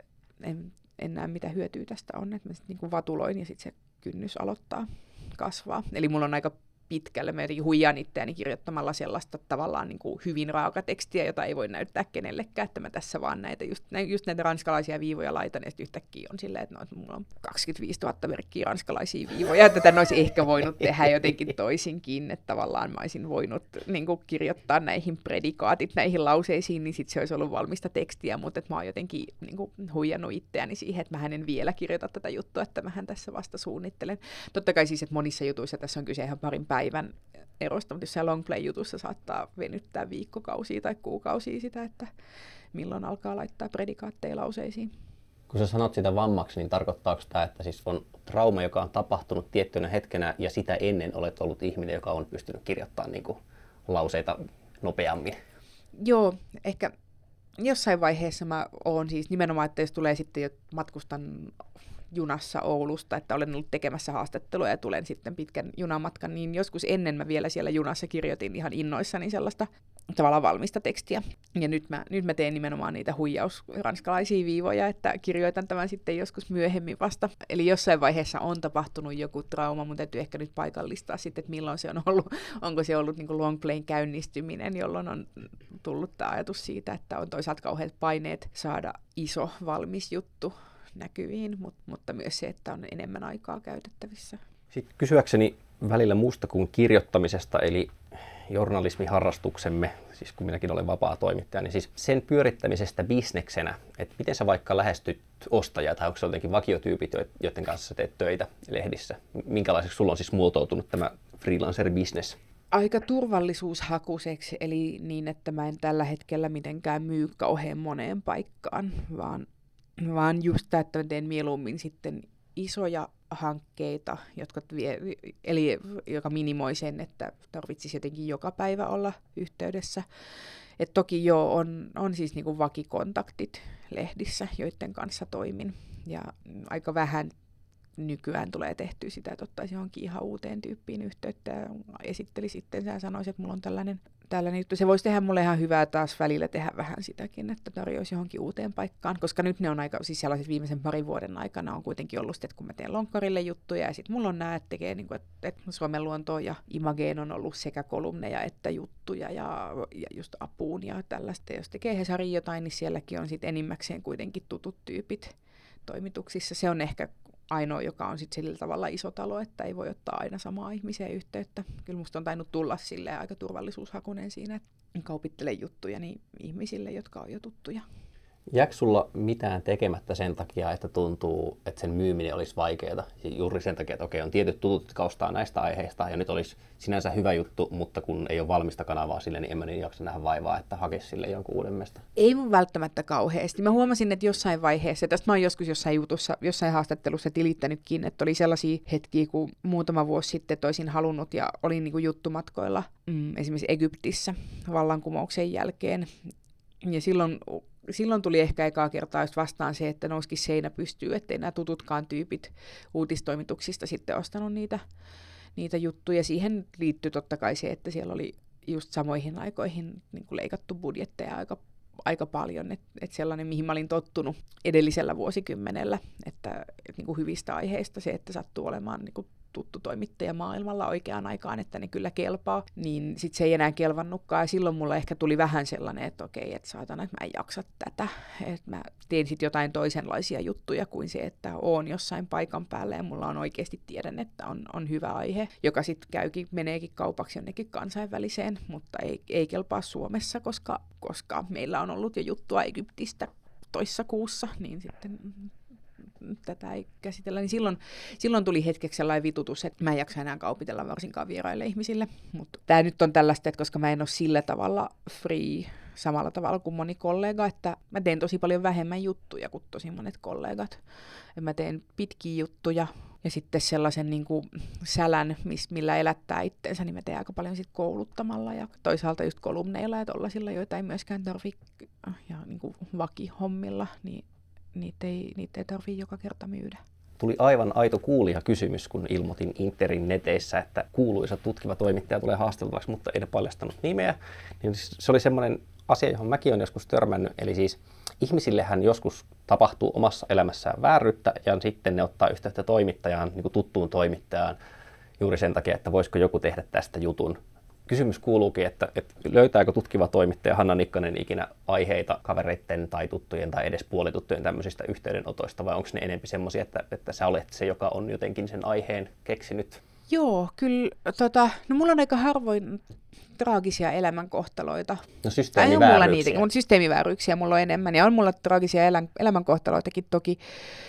en näe mitä hyötyä tästä on, että mä sitten niin kuin vatuloin ja sitten se kynnys aloittaa kasvaa. Eli mulla on aika pitkälle, mä jotenkin huijaan itseäni kirjoittamalla sellaista tavallaan niin kuin hyvin raakatekstiä, jota ei voi näyttää kenellekään, että mä tässä vaan just näitä ranskalaisia viivoja laitan, ja sitten yhtäkkiä on silleen, että mulla on 25 000 merkkiä ranskalaisia viivoja, että tämän olisi ehkä voinut tehdä jotenkin toisinkin, että tavallaan mä olisin voinut niin kuin kirjoittaa näihin predikaatit, näihin lauseisiin, niin sitten se olisi ollut valmista tekstiä, mutta että mä oon jotenkin niin kuin huijannut itseäni siihen, että mä en vielä kirjoita tätä juttua, että mähän tässä vasta suunnittelen. Totta kai siis, että monissa jutuissa tässä on kyse ihan parin päivän erosta, mutta jossain longplay-jutussa saattaa venyttää viikkokausia tai kuukausia sitä, että milloin alkaa laittaa predikaatteja lauseisiin. Kun sä sanot sitä vammaksi, niin tarkoittaako tämä, että siis on trauma, joka on tapahtunut tiettynä hetkenä ja sitä ennen olet ollut ihminen, joka on pystynyt kirjoittamaan niin kuin lauseita nopeammin? Joo, ehkä jossain vaiheessa mä oon siis nimenomaan, että jos tulee sitten jo matkustan junassa Oulusta, että olen ollut tekemässä haastattelua ja tulen sitten pitkän junamatkan, niin joskus ennen mä vielä siellä junassa kirjoitin ihan innoissani sellaista tavallaan valmista tekstiä. Ja nyt mä teen nimenomaan niitä ranskalaisia viivoja, että kirjoitan tämän sitten joskus myöhemmin vasta. Eli jossain vaiheessa on tapahtunut joku trauma, mun täytyy ehkä nyt paikallistaa sitten, että milloin se on ollut. Onko se ollut niin kuin longplayn käynnistyminen, jolloin on tullut tämä ajatus siitä, että on toisaalta kauheat paineet saada iso valmis juttu näkyviin, mutta myös se, että on enemmän aikaa käytettävissä. Sitten kysyäkseni välillä muusta kuin kirjoittamisesta, eli journalismiharrastuksemme, siis kun minäkin olen vapaa toimittaja, niin siis sen pyörittämisestä bisneksenä, että miten sä vaikka lähestyt ostajaa, tai onko se jotenkin vakiotyypit, joiden kanssa sä teet töitä lehdissä? Minkälaiseksi sulla on siis muotoutunut tämä freelancer-business? Aika turvallisuushakuiseksi, eli niin, että mä en tällä hetkellä mitenkään myy kauhean moneen paikkaan, vaan just tämä, että mä teen mieluummin sitten isoja hankkeita, joka minimoi sen, että tarvitsisi jotenkin joka päivä olla yhteydessä. Et toki joo, on siis niinku vakikontaktit lehdissä, joiden kanssa toimin. Ja aika vähän nykyään tulee tehtyä sitä, että ottaisi johonkin ihan uuteen tyyppiin yhteyttä ja esittelisi itsensä ja sanoisi, että mulla on tällainen juttu. Se voisi tehdä mulle ihan hyvää taas välillä tehdä vähän sitäkin, että tarjoisi johonkin uuteen paikkaan, koska nyt ne on aika, siis sellaiset viimeisen parin vuoden aikana on kuitenkin ollut, että kun mä teen Lonkkarille juttuja ja sitten mulla on nämä, että tekee niin kuin, että Suomen luonto ja Imageen on ollut sekä kolumneja että juttuja ja just apuun ja tällaista. Jos tekee Hesarin jotain, niin sielläkin on sitten enimmäkseen kuitenkin tutut tyypit toimituksissa. Se on ehkä ainoa, joka on sitten sillä tavalla iso talo, että ei voi ottaa aina samaa ihmiseen yhteyttä. Kyllä musta on tainnut tulla silleen aika turvallisuushakuinen siinä, että kaupittelen juttuja niin ihmisille, jotka on jo tuttuja. Jääkö sulla mitään tekemättä sen takia, että tuntuu, että sen myyminen olisi vaikeaa? Juuri sen takia, että okei, on tietyt tutut, jotka ostaa näistä aiheista, ja nyt olisi sinänsä hyvä juttu, mutta kun ei ole valmista kanavaa sille, niin en mä niin jaksa nähdä vaivaa, että hakisi sille jonkun uuden mesta. Ei mun välttämättä kauheasti. Mä huomasin, että jossain vaiheessa, tästä mä oon joskus jossain haastattelussa tilittänytkin, että oli sellaisia hetkiä, kun muutama vuosi sitten olisin halunnut ja olin niin kuin juttumatkoilla esimerkiksi Egyptissä vallankumouksen jälkeen, ja silloin tuli ehkä ekaa kertaa just vastaan se, että nousikin seinä pystyy, ettei nämä tututkaan tyypit uutistoimituksista sitten ostanut niitä juttuja. Siihen liittyy totta kai se, että siellä oli just samoihin aikoihin niin kuin leikattu budjetteja aika paljon. Että sellainen, mihin mä olin tottunut edellisellä vuosikymmenellä, että niin kuin hyvistä aiheista se, että sattuu olemaan niin kuin tuttu toimittaja maailmalla oikeaan aikaan, että ne kyllä kelpaa, niin sitten se ei enää kelvannutkaan. Ja silloin mulla ehkä tuli vähän sellainen, että okei, että saatana, että mä en jaksa tätä. Että mä teen sitten jotain toisenlaisia juttuja kuin se, että oon jossain paikan päällä ja mulla on oikeasti tiedän, että on hyvä aihe, joka sitten meneekin kaupaksi jonnekin kansainväliseen, mutta ei kelpaa Suomessa, koska meillä on ollut jo juttua Egyptistä toissa kuussa, niin sitten tätä ei käsitellä, niin silloin tuli hetkeksi sellainen vitutus, että mä en jaksa enää kaupitella varsinkaan vieraille ihmisille. Mutta tämä nyt on tällaista, että koska mä en ole sillä tavalla free samalla tavalla kuin moni kollega, että mä teen tosi paljon vähemmän juttuja kuin tosi monet kollegat. Ja mä teen pitkiä juttuja ja sitten sellaisen niin kuin sälän, millä elättää itteensä, niin mä teen aika paljon sit kouluttamalla ja toisaalta just kolumneilla ja tollasilla, joita ei myöskään tarvitse ja niin kuin vakihommilla, niin niitä ei tarvitse joka kerta myydä. Tuli aivan aito kuulijakysymys, kun ilmoitin Interin neteissä, että kuuluisa tutkiva toimittaja tulee haasteltavaksi, mutta ei paljastanut nimeä. Niin se oli semmoinen asia, johon mäkin olen joskus törmännyt. Eli siis ihmisillehän joskus tapahtuu omassa elämässään vääryyttä ja sitten ne ottaa yhteyttä toimittajaan, niin kuin tuttuun toimittajaan, juuri sen takia, että voisiko joku tehdä tästä jutun. Kysymys kuuluukin, että löytääkö tutkiva toimittaja Hanna Nikkanen ikinä aiheita kavereitten tai tuttujen tai edes puolituttujen tämmöisistä yhteydenotoista, vai onko ne enemmän semmoisia, että sä olet se, joka on jotenkin sen aiheen keksinyt? Joo, kyllä. No mulla on aika harvoin traagisia elämänkohtaloita. No systeemivääryyksiä. Mutta systeemivääryyksiä mulla on enemmän, ja on mulla traagisia elämänkohtaloitakin toki.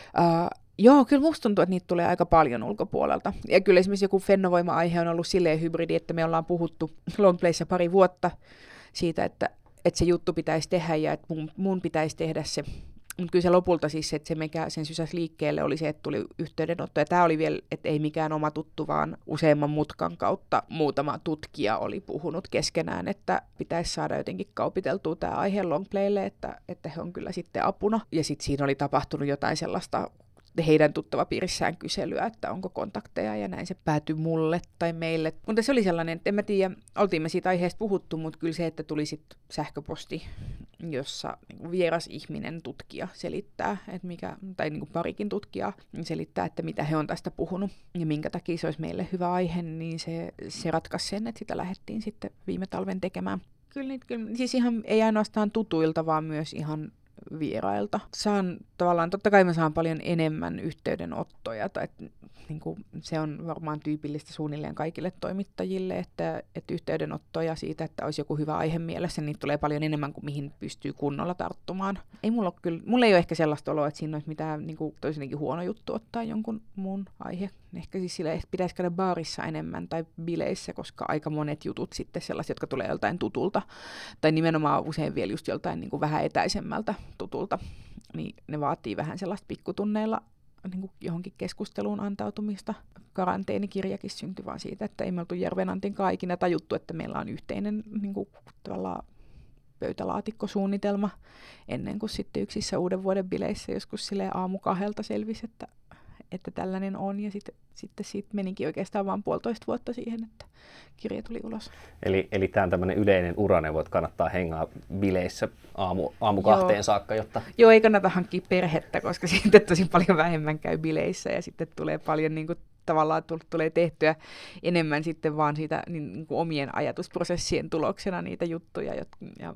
Joo, kyllä musta tuntuu, että niitä tulee aika paljon ulkopuolelta. Ja kyllä esimerkiksi joku Fennovoima-aihe on ollut silleen hybridi, että me ollaan puhuttu Longplayssa pari vuotta siitä, että se juttu pitäisi tehdä ja että mun pitäisi tehdä se. Mutta kyllä se lopulta siis, että se mikä sen sysäsi liikkeelle oli se, että tuli yhteydenotto. Ja tämä oli vielä, että ei mikään oma tuttu, vaan useamman mutkan kautta muutama tutkija oli puhunut keskenään, että pitäisi saada jotenkin kaupiteltua tämä aihe Longplaylle, että he on kyllä sitten apuna. Ja sitten siinä oli tapahtunut jotain sellaista heidän tuttavapiirissään kyselyä, että onko kontakteja, ja näin se päätyi mulle tai meille. Mutta se oli sellainen, että en mä tiedä, oltiin me siitä aiheesta puhuttu, mutta kyllä se, että tuli sitten sähköposti, jossa niin vieras ihminen tutkija selittää, että tai niin kuin parikin tutkijaa selittää, että mitä he on tästä puhunut ja minkä takia se olisi meille hyvä aihe, niin se ratkaisi sen, että sitä lähdettiin sitten viime talven tekemään. Kyllä siis ihan ei ainoastaan tutuilta, vaan myös ihan vierailta. Totta kai mä saan paljon enemmän yhteydenottoja, tai niin kuin, se on varmaan tyypillistä suunnilleen kaikille toimittajille, että yhteydenottoja siitä, että olisi joku hyvä aihe mielessä, niin tulee paljon enemmän kuin mihin pystyy kunnolla tarttumaan. Mulla ei ole ehkä sellaista oloa, että siinä olisi mitään niin kuin, toisinkin huono juttu ottaa jonkun muun aihe. Ehkä siis sille pitäisi käydä baarissa enemmän tai bileissä, koska aika monet jutut sitten sellaiset, jotka tulee joltain tutulta, tai nimenomaan usein vielä just joltain niin kuin vähän etäisemmältä tutulta, niin ne vaatii vähän sellaista pikkutunneilla niin kuin johonkin keskusteluun antautumista. Karanteenikirjakin syntyi vaan siitä, että ei me oltu Järvenantinkaan ikinä tajuttu, että meillä on yhteinen niin kuin, tavallaan pöytälaatikkosuunnitelma ennen kuin sitten yksissä uuden vuoden bileissä joskus silleen aamukahdelta selvisi, että tällainen on, ja sitten siitä menikin oikeastaan vain 1,5 vuotta siihen, että kirja tuli ulos. Eli tämä on tämmöinen yleinen uraneuvo, että kannattaa hengaa bileissä aamu 2 saakka, jotta... Joo, ei kannata hankkia perhettä, koska sitten tosi paljon vähemmän käy bileissä, ja sitten tulee paljon niin kuin, tavallaan tulee tehtyä enemmän sitten vaan siitä niin kuin omien ajatusprosessien tuloksena niitä juttuja, ja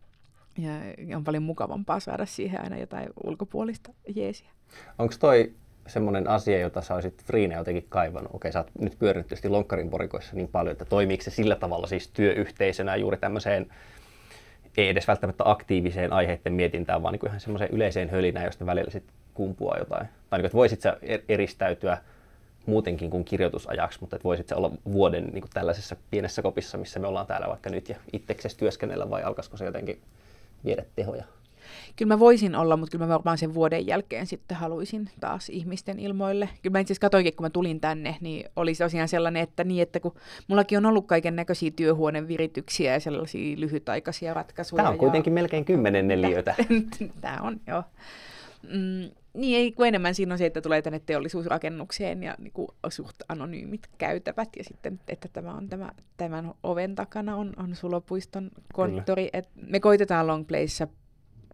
on paljon mukavampaa saada siihen aina jotain ulkopuolista jeesiä. Onko toi semmoinen asia, jota sä olisit Friina jotenkin kaivannut? Okei, sä oot nyt pyörinyt tietysti Lonkkarin porikoissa niin paljon, että toimiiko se sillä tavalla siis työyhteisönä juuri tämmöiseen, ei edes välttämättä aktiiviseen aiheiden mietintään, vaan niin kuin ihan semmoiseen yleiseen hölinään, josta välillä sitten kumpuaa jotain. Tai niin kuin, että voisit sä eristäytyä muutenkin kuin kirjoitusajaksi, mutta että voisit sä olla vuoden niin kuin tällaisessa pienessä kopissa, missä me ollaan täällä vaikka nyt ja itseksesi työskennellä, vai alkaisiko se jotenkin viedä tehoja? Kyllä mä voisin olla, mutta kyllä mä varmaan sen vuoden jälkeen sitten haluaisin taas ihmisten ilmoille. Kyllä mä itse asiassa katoinkin, kun mä tulin tänne, niin oli tosiaan sellainen, että kun mullakin on ollut kaiken näköisiä työhuonevirityksiä ja sellaisia lyhytaikaisia ratkaisuja. Tämä on kuitenkin melkein 10 neliötä. Tämä on, joo. Niin, ei kun enemmän siinä on se, että tulee tänne teollisuusrakennukseen ja niin kuin suht anonyymit käytävät ja sitten, että tämän oven takana on Sulopuiston konttori. Me koitetaan Longplayssa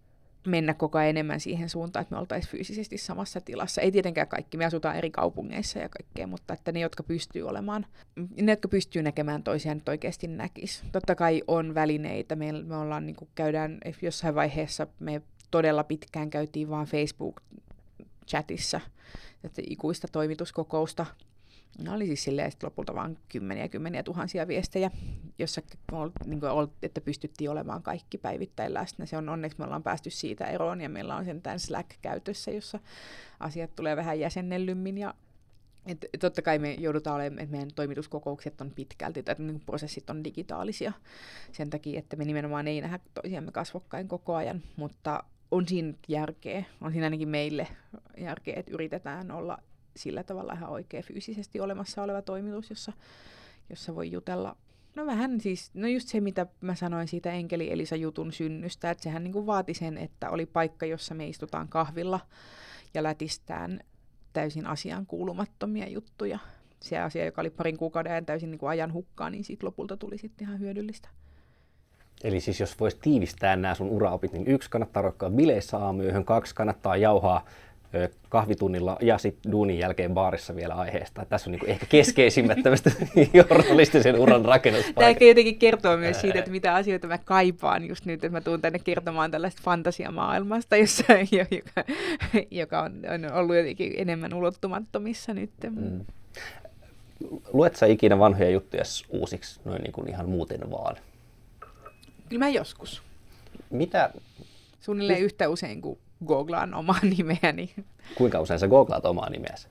mennä koko ajan enemmän siihen suuntaan, että me oltaisiin fyysisesti samassa tilassa. Ei tietenkään kaikki, me asutaan eri kaupungeissa ja kaikkea, mutta että ne, jotka pystyy näkemään toisiaan, nyt oikeasti näkisi. Totta kai on välineitä, me ollaan, niin kuin käydään jossain vaiheessa, me todella pitkään käytiin vaan Facebook-chatissa, että ikuista toimituskokousta. No oli siis silleen lopulta vaan kymmeniä tuhansia viestejä, jossa että pystyttiin olemaan kaikki päivittäin läsnä. Se on onneksi, me ollaan päästy siitä eroon ja meillä on sentään Slack käytössä, jossa asiat tulee vähän jäsennellymmin. Ja totta kai me joudutaan olemaan, että meidän toimituskokoukset on pitkälti, tai niin prosessit on digitaalisia sen takia, että me nimenomaan ei nähdä toisiamme kasvokkain koko ajan, mutta on siinä järkeä, on siinä ainakin meille järkeä, että yritetään olla sillä tavalla ihan oikein fyysisesti olemassa oleva toimitus, jossa voi jutella. No vähän siis, no just se, mitä mä sanoin siitä Enkeli Elisa-jutun synnystä, että sehän niin kuin vaati sen, että oli paikka, jossa me istutaan kahvilla ja lätistään täysin asiaan kuulumattomia juttuja. Se asia, joka oli parin kuukauden ajan täysin niin kuin ajan hukkaan, niin siitä lopulta tuli sitten ihan hyödyllistä. Eli siis jos voisi tiivistää nämä sun uraopit, niin 1 kannattaa roikkaa bileissä aamuyöhön, 2 kannattaa jauhaa kahvitunnilla ja sitten duunin jälkeen baarissa vielä aiheesta. Tässä on niinku ehkä keskeisimmät tämmöistä journalistisen uran rakennuspaikat. Tämä ehkä jotenkin kertoo myös siitä, että mitä asioita mä kaipaan just nyt, että mä tuun tänne kertomaan tällaista fantasiamaailmasta, joka on ollut jotenkin enemmän ulottumattomissa nyt. Mm. Luet sä ikinä vanhoja juttuja uusiksi noin niin kuin ihan muuten vaan? Kyllä mä joskus. Mitä? Suunnilleen yhtä usein kuin googlaan omaa nimeäni. Kuinka usein sä googlaat omaa nimeäsi?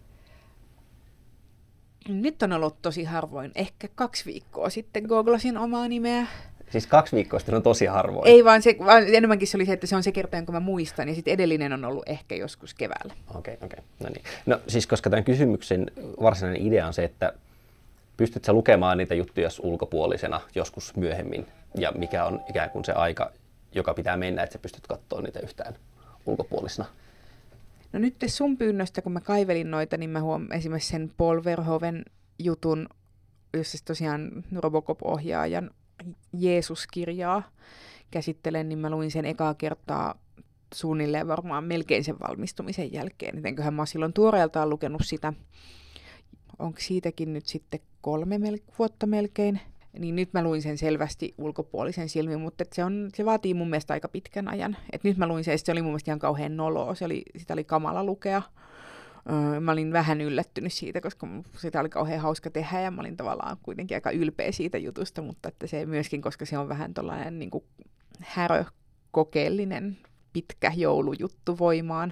Nyt on ollut tosi harvoin. Ehkä 2 viikkoa sitten googlasin omaa nimeä. Siis 2 viikkoa sitten on tosi harvoin? Ei vaan enemmänkin se oli se, että se on se kerta, jonka mä muistan. Ja sitten edellinen on ollut ehkä joskus keväällä. Okei. No niin. No siis koska tämän kysymyksen varsinainen idea on se, että pystyt sä lukemaan niitä juttuja ulkopuolisena joskus myöhemmin? Ja mikä on ikään kuin se aika, joka pitää mennä, että sä pystyt katsoa niitä yhtään ulkopuolisena? No nyt sun pyynnöstä, kun mä kaivelin noita, niin mä huomasin esimerkiksi sen Paul Verhoeven jutun, jossa tosiaan Robocop-ohjaajan Jeesus-kirjaa käsittelen, niin mä luin sen ekaa kertaa suunnilleen varmaan melkein sen valmistumisen jälkeen. Enköhän mä oon silloin tuoreeltaan lukenut sitä. Onko siitäkin nyt sitten 3 vuotta melkein? Niin nyt mä luin sen selvästi ulkopuolisen silmin, mutta se vaatii mun mielestä aika pitkän ajan. Et nyt mä luin sen, ja se oli mun mielestä ihan kauhean noloa, sitä oli kamala lukea. Mä olin vähän yllättynyt siitä, koska sitä oli kauhean hauska tehdä, ja mä olin tavallaan kuitenkin aika ylpeä siitä jutusta, mutta että se myöskin, koska se on vähän tollainen niin kuin härökokeellinen pitkä joulujuttu voimaan,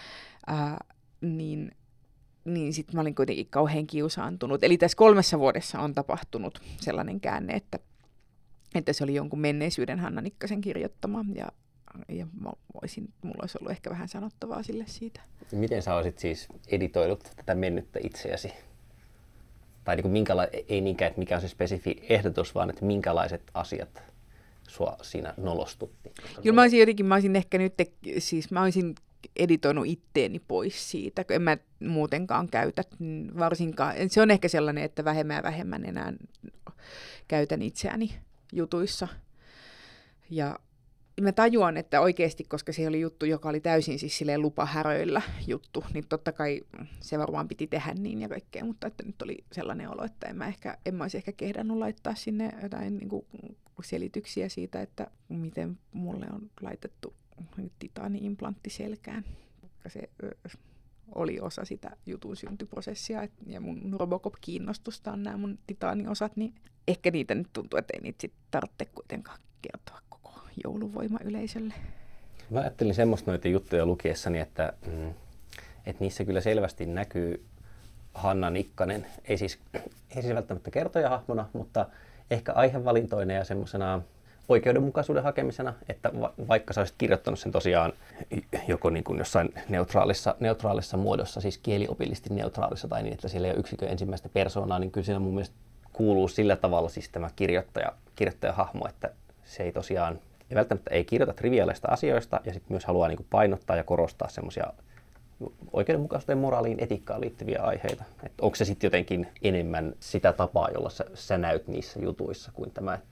niin sitten mä olin kuitenkin kauhean kiusaantunut. Eli tässä 3 vuodessa on tapahtunut sellainen käänne, että se oli jonkun menneisyyden Hanna Nikkasen kirjoittama, ja mulla olisi ollut ehkä vähän sanottavaa sille siitä. Miten sä olisit siis editoinut tätä mennyttä itseäsi? Tai niin ei niinkään, että mikä on se spesifi ehdotus, vaan että minkälaiset asiat sua siinä nolostutti? Kyllä mä olisin ehkä nyt, siis mä olisin editoinut itteeni pois siitä, kun en mä muutenkaan käytä varsinkaan. Se on ehkä sellainen, että vähemmän ja vähemmän enää käytän itseäni jutuissa. Ja mä tajuan, että oikeasti, koska se oli juttu, joka oli täysin siis silleen lupahäröillä juttu, niin totta kai se varmaan piti tehdä niin ja kaikkea, mutta että nyt oli sellainen olo, että en mä olisi ehkä kehdannut laittaa sinne jotain niin kuin selityksiä siitä, että miten mulle on laitettu titaani-implantti selkään. Se oli osa sitä jutun syntyprosessia, ja mun Robocop-kiinnostusta on nämä mun titaaniosat, niin ehkä niitä nyt tuntuu, että ei niitä sitten tarvitse kuitenkaan kertoa koko jouluvoima yleisölle. Mä ajattelin semmoista noita juttuja lukiessani, että niissä kyllä selvästi näkyy Hanna Nikkanen, ei siis välttämättä kertojahahmona, mutta ehkä aihevalintoina ja semmoisena oikeudenmukaisuuden hakemisena, että vaikka sä olisit kirjoittanut sen tosiaan joko niin kuin jossain neutraalissa muodossa, siis kieliopillisesti neutraalissa tai niin, että siellä ei ole yksikön ensimmäistä persoonaa, niin kyllä siinä mun mielestä kuuluu sillä tavalla siis tämä kirjoittajahahmo, että se ei tosiaan välttämättä ei kirjoita triviaaleista asioista ja sitten myös haluaa niin kuin painottaa ja korostaa semmoisia oikeudenmukaisuuteen, moraaliin, etiikkaan liittyviä aiheita. Että onko se sitten jotenkin enemmän sitä tapaa, jolla sä näyt niissä jutuissa kuin tämä, että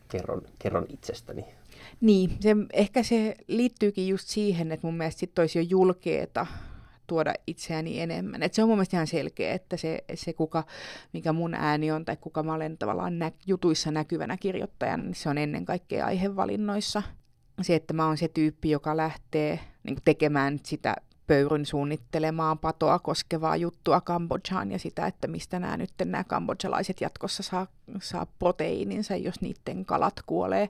kerron itsestäni. Niin, ehkä se liittyykin just siihen, että mun mielestä sit olisi jo julkeeta tuoda itseäni enemmän. Et se on mun mielestä ihan selkeä, että se mikä mun ääni on tai kuka mä olen tavallaan jutuissa näkyvänä kirjoittajana, niin se on ennen kaikkea aihevalinnoissa. Se, että mä oon se tyyppi, joka lähtee niin tekemään sitä pöyryn suunnittelemaan patoa koskevaa juttua Kambodžaan ja sitä, että mistä nämä kambodžalaiset jatkossa saa proteiininsa, jos niiden kalat kuolee.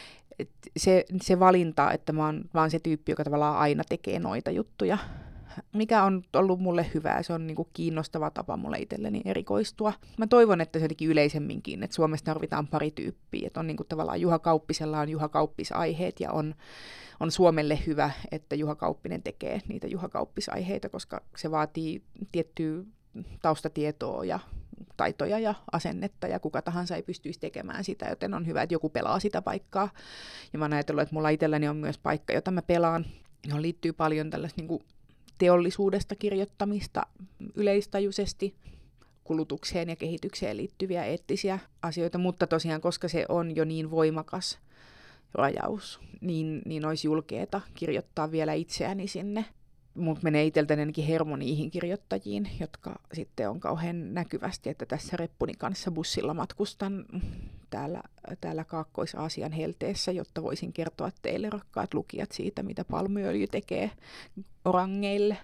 Se valinta, että mä oon se tyyppi, joka tavallaan aina tekee noita juttuja, mikä on ollut mulle hyvää. Se on niinku kiinnostava tapa mulle itselleni erikoistua. Mä toivon, että se jotenkin yleisemminkin, että Suomessa tarvitaan pari tyyppiä. Että on niinku tavallaan Juha Kauppisella on Juha Kauppis-aiheet ja on Suomelle hyvä, että Juha Kauppinen tekee niitä Juha Kauppis-aiheita, koska se vaatii tiettyä taustatietoa ja taitoja ja asennetta, ja kuka tahansa ei pystyisi tekemään sitä, joten on hyvä, että joku pelaa sitä paikkaa. Ja mä oon ajatellut, että mulla itselläni on myös paikka, jota mä pelaan, johon liittyy paljon tällaista niin kuin teollisuudesta kirjoittamista yleistajuisesti, kulutukseen ja kehitykseen liittyviä eettisiä asioita, mutta tosiaan, koska se on jo niin voimakas rajaus, niin olisi julkeeta kirjoittaa vielä itseäni sinne. Mut menee itseltäni ainakin hermo niihin kirjoittajiin, jotka sitten on kauhean näkyvästi, että tässä reppuni kanssa bussilla matkustan täällä Kaakkois-Aasian helteessä, jotta voisin kertoa teille, rakkaat lukijat, siitä, mitä palmuöljy tekee orangeille.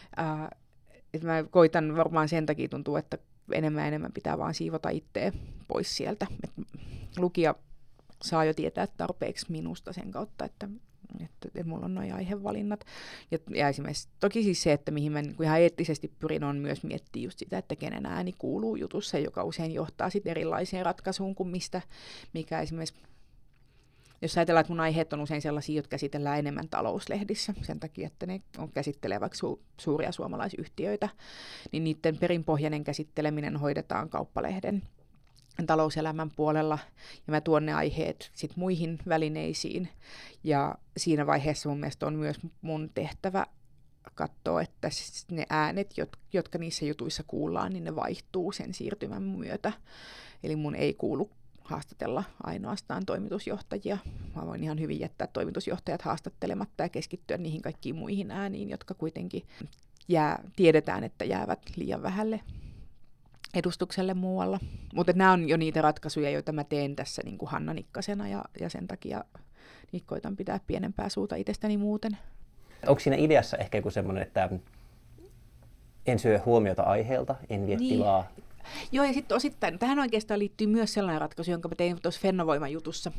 Mä koitan varmaan sen takia tuntuu, että enemmän pitää vaan siivota itseä pois sieltä. Lukija saa jo tietää tarpeeksi minusta sen kautta, että mulla on nuo aihevalinnat. Ja esimerkiksi toki siis se, että mihin mä ihan eettisesti pyrin, on myös miettiä just sitä, että kenen ääni kuuluu jutussa, joka usein johtaa sitten erilaiseen ratkaisuun kuin mikä esimerkiksi, jos ajatellaan, että mun aiheet on usein sellaisia, jotka käsitellään enemmän talouslehdissä, sen takia, että ne käsittelee vaikka suuria suomalaisyhtiöitä, niin niiden perinpohjainen käsitteleminen hoidetaan Kauppalehden talouselämän puolella, ja mä tuon ne aiheet sit muihin välineisiin, ja siinä vaiheessa mun mielestä on myös mun tehtävä katsoa, että ne äänet, jotka niissä jutuissa kuullaan, niin ne vaihtuu sen siirtymän myötä. Eli mun ei kuulu haastatella ainoastaan toimitusjohtajia. Mä voin ihan hyvin jättää toimitusjohtajat haastattelematta ja keskittyä niihin kaikkiin muihin ääniin, jotka kuitenkin tiedetään, että jäävät liian vähälle edustukselle muualla. Mutta nämä on jo niitä ratkaisuja, joita mä teen tässä niin kuin Hanna Nikkasena, ja sen takia niin koitan pitää pienempää suuta itsestäni muuten. Onko siinä ideassa ehkä joku semmoinen, että en syö huomiota aiheelta, en vie tilaa? Joo, ja sitten osittain, tähän oikeastaan liittyy myös sellainen ratkaisu, jonka mä tein tuossa Fennovoiman jutussa.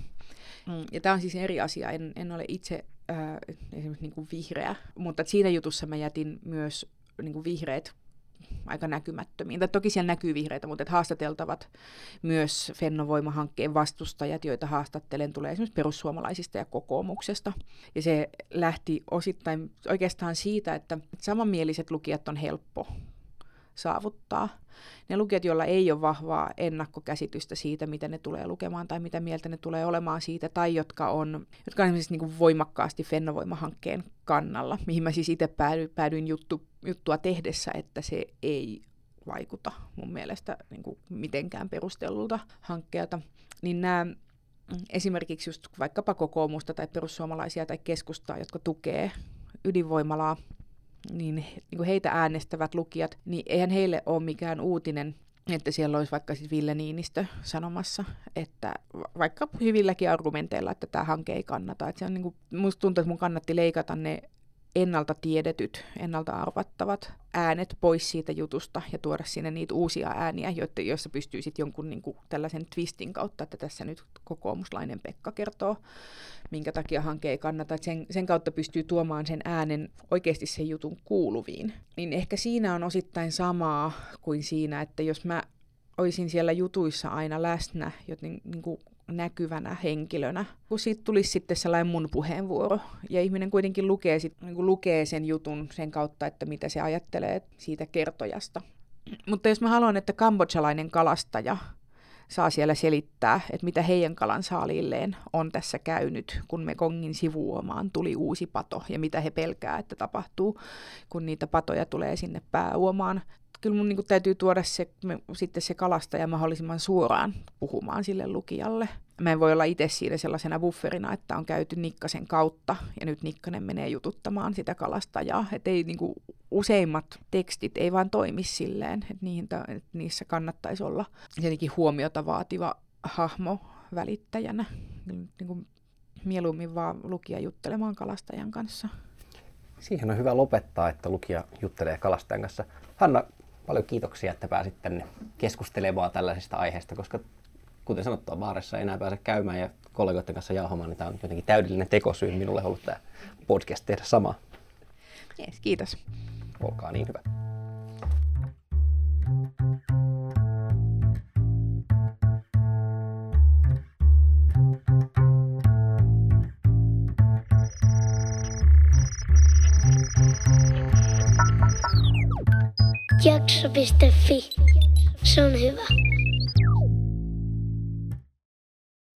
Ja tämä on siis eri asia, en ole itse esimerkiksi niin kuin vihreä, mutta siinä jutussa mä jätin myös niin kuin vihreät aika näkymättömiin. Toki siellä näkyy vihreitä, mutta haastateltavat myös Fennovoima-hankkeen vastustajat, joita haastattelen, tulee esimerkiksi perussuomalaisista ja kokoomuksesta. Ja se lähti osittain oikeastaan siitä, että samanmieliset lukijat on helppo saavuttaa. Ne lukijat, joilla ei ole vahvaa ennakkokäsitystä siitä, mitä ne tulee lukemaan tai mitä mieltä ne tulee olemaan siitä, tai jotka on esimerkiksi niin kuin voimakkaasti Fennovoima-hankkeen kannalla, mihin mä siis itse päädyin juttua tehdessä, että se ei vaikuta mun mielestä niin kuin mitenkään perustellulta hankkeelta. Niin nämä esimerkiksi just vaikkapa kokoomusta tai perussuomalaisia tai keskustaa, jotka tukee ydinvoimalaa, niin kuin heitä äänestävät lukijat, niin eihän heille ole mikään uutinen, että siellä olisi vaikka siis Ville Niinistö sanomassa, että vaikka hyvilläkin argumenteilla, että tämä hanke ei kannata. Että se on niin kuin, musta tuntuu, että mun kannatti leikata ne ennalta tiedetyt, ennalta arvattavat äänet pois siitä jutusta ja tuoda sinne niitä uusia ääniä, joissa pystyy sitten jonkun niin kuin tällaisen twistin kautta, että tässä nyt kokoomuslainen Pekka kertoo, minkä takia hanke ei kannata. Että sen kautta pystyy tuomaan sen äänen oikeasti sen jutun kuuluviin. Niin ehkä siinä on osittain samaa kuin siinä, että jos mä olisin siellä jutuissa aina läsnä, joten niin kuin näkyvänä henkilönä, kun siitä tulisi sitten sellainen mun puheenvuoro, ja ihminen kuitenkin lukee sen jutun sen kautta, että mitä se ajattelee siitä kertojasta. Mutta jos mä haluan, että kambodžalainen kalastaja saa siellä selittää, että mitä heidän kalan saaliilleen on tässä käynyt, kun Mekongin sivuuomaan tuli uusi pato, ja mitä he pelkää, että tapahtuu, kun niitä patoja tulee sinne pääuomaan. kyllä mun niin täytyy tuoda sitten se kalastaja mahdollisimman suoraan puhumaan sille lukijalle. Mä en voi olla itse siinä sellaisena bufferina, että on käyty Nikkasen kautta ja nyt Nikkanen menee jututtamaan sitä kalastajaa. Että ei, niin kuin, useimmat tekstit ei vaan toimi silleen, että niissä kannattaisi olla jotenkin huomiota vaativa hahmo välittäjänä. Niin kuin mieluummin vaan lukija juttelemaan kalastajan kanssa. Siihen on hyvä lopettaa, että lukija juttelee kalastajan kanssa. Hanna, paljon kiitoksia, että pääsit tänne keskustelemaan tällaisista aiheista, koska kuten sanottua, baarissa ei enää pääse käymään ja kollegoiden kanssa jauhamaan, niin tämä on jotenkin täydellinen tekosyy minulle ollut tämä podcast tehdä samaa. Jees, kiitos. Olkaa niin hyvä. Jakso.fi. Se on hyvä.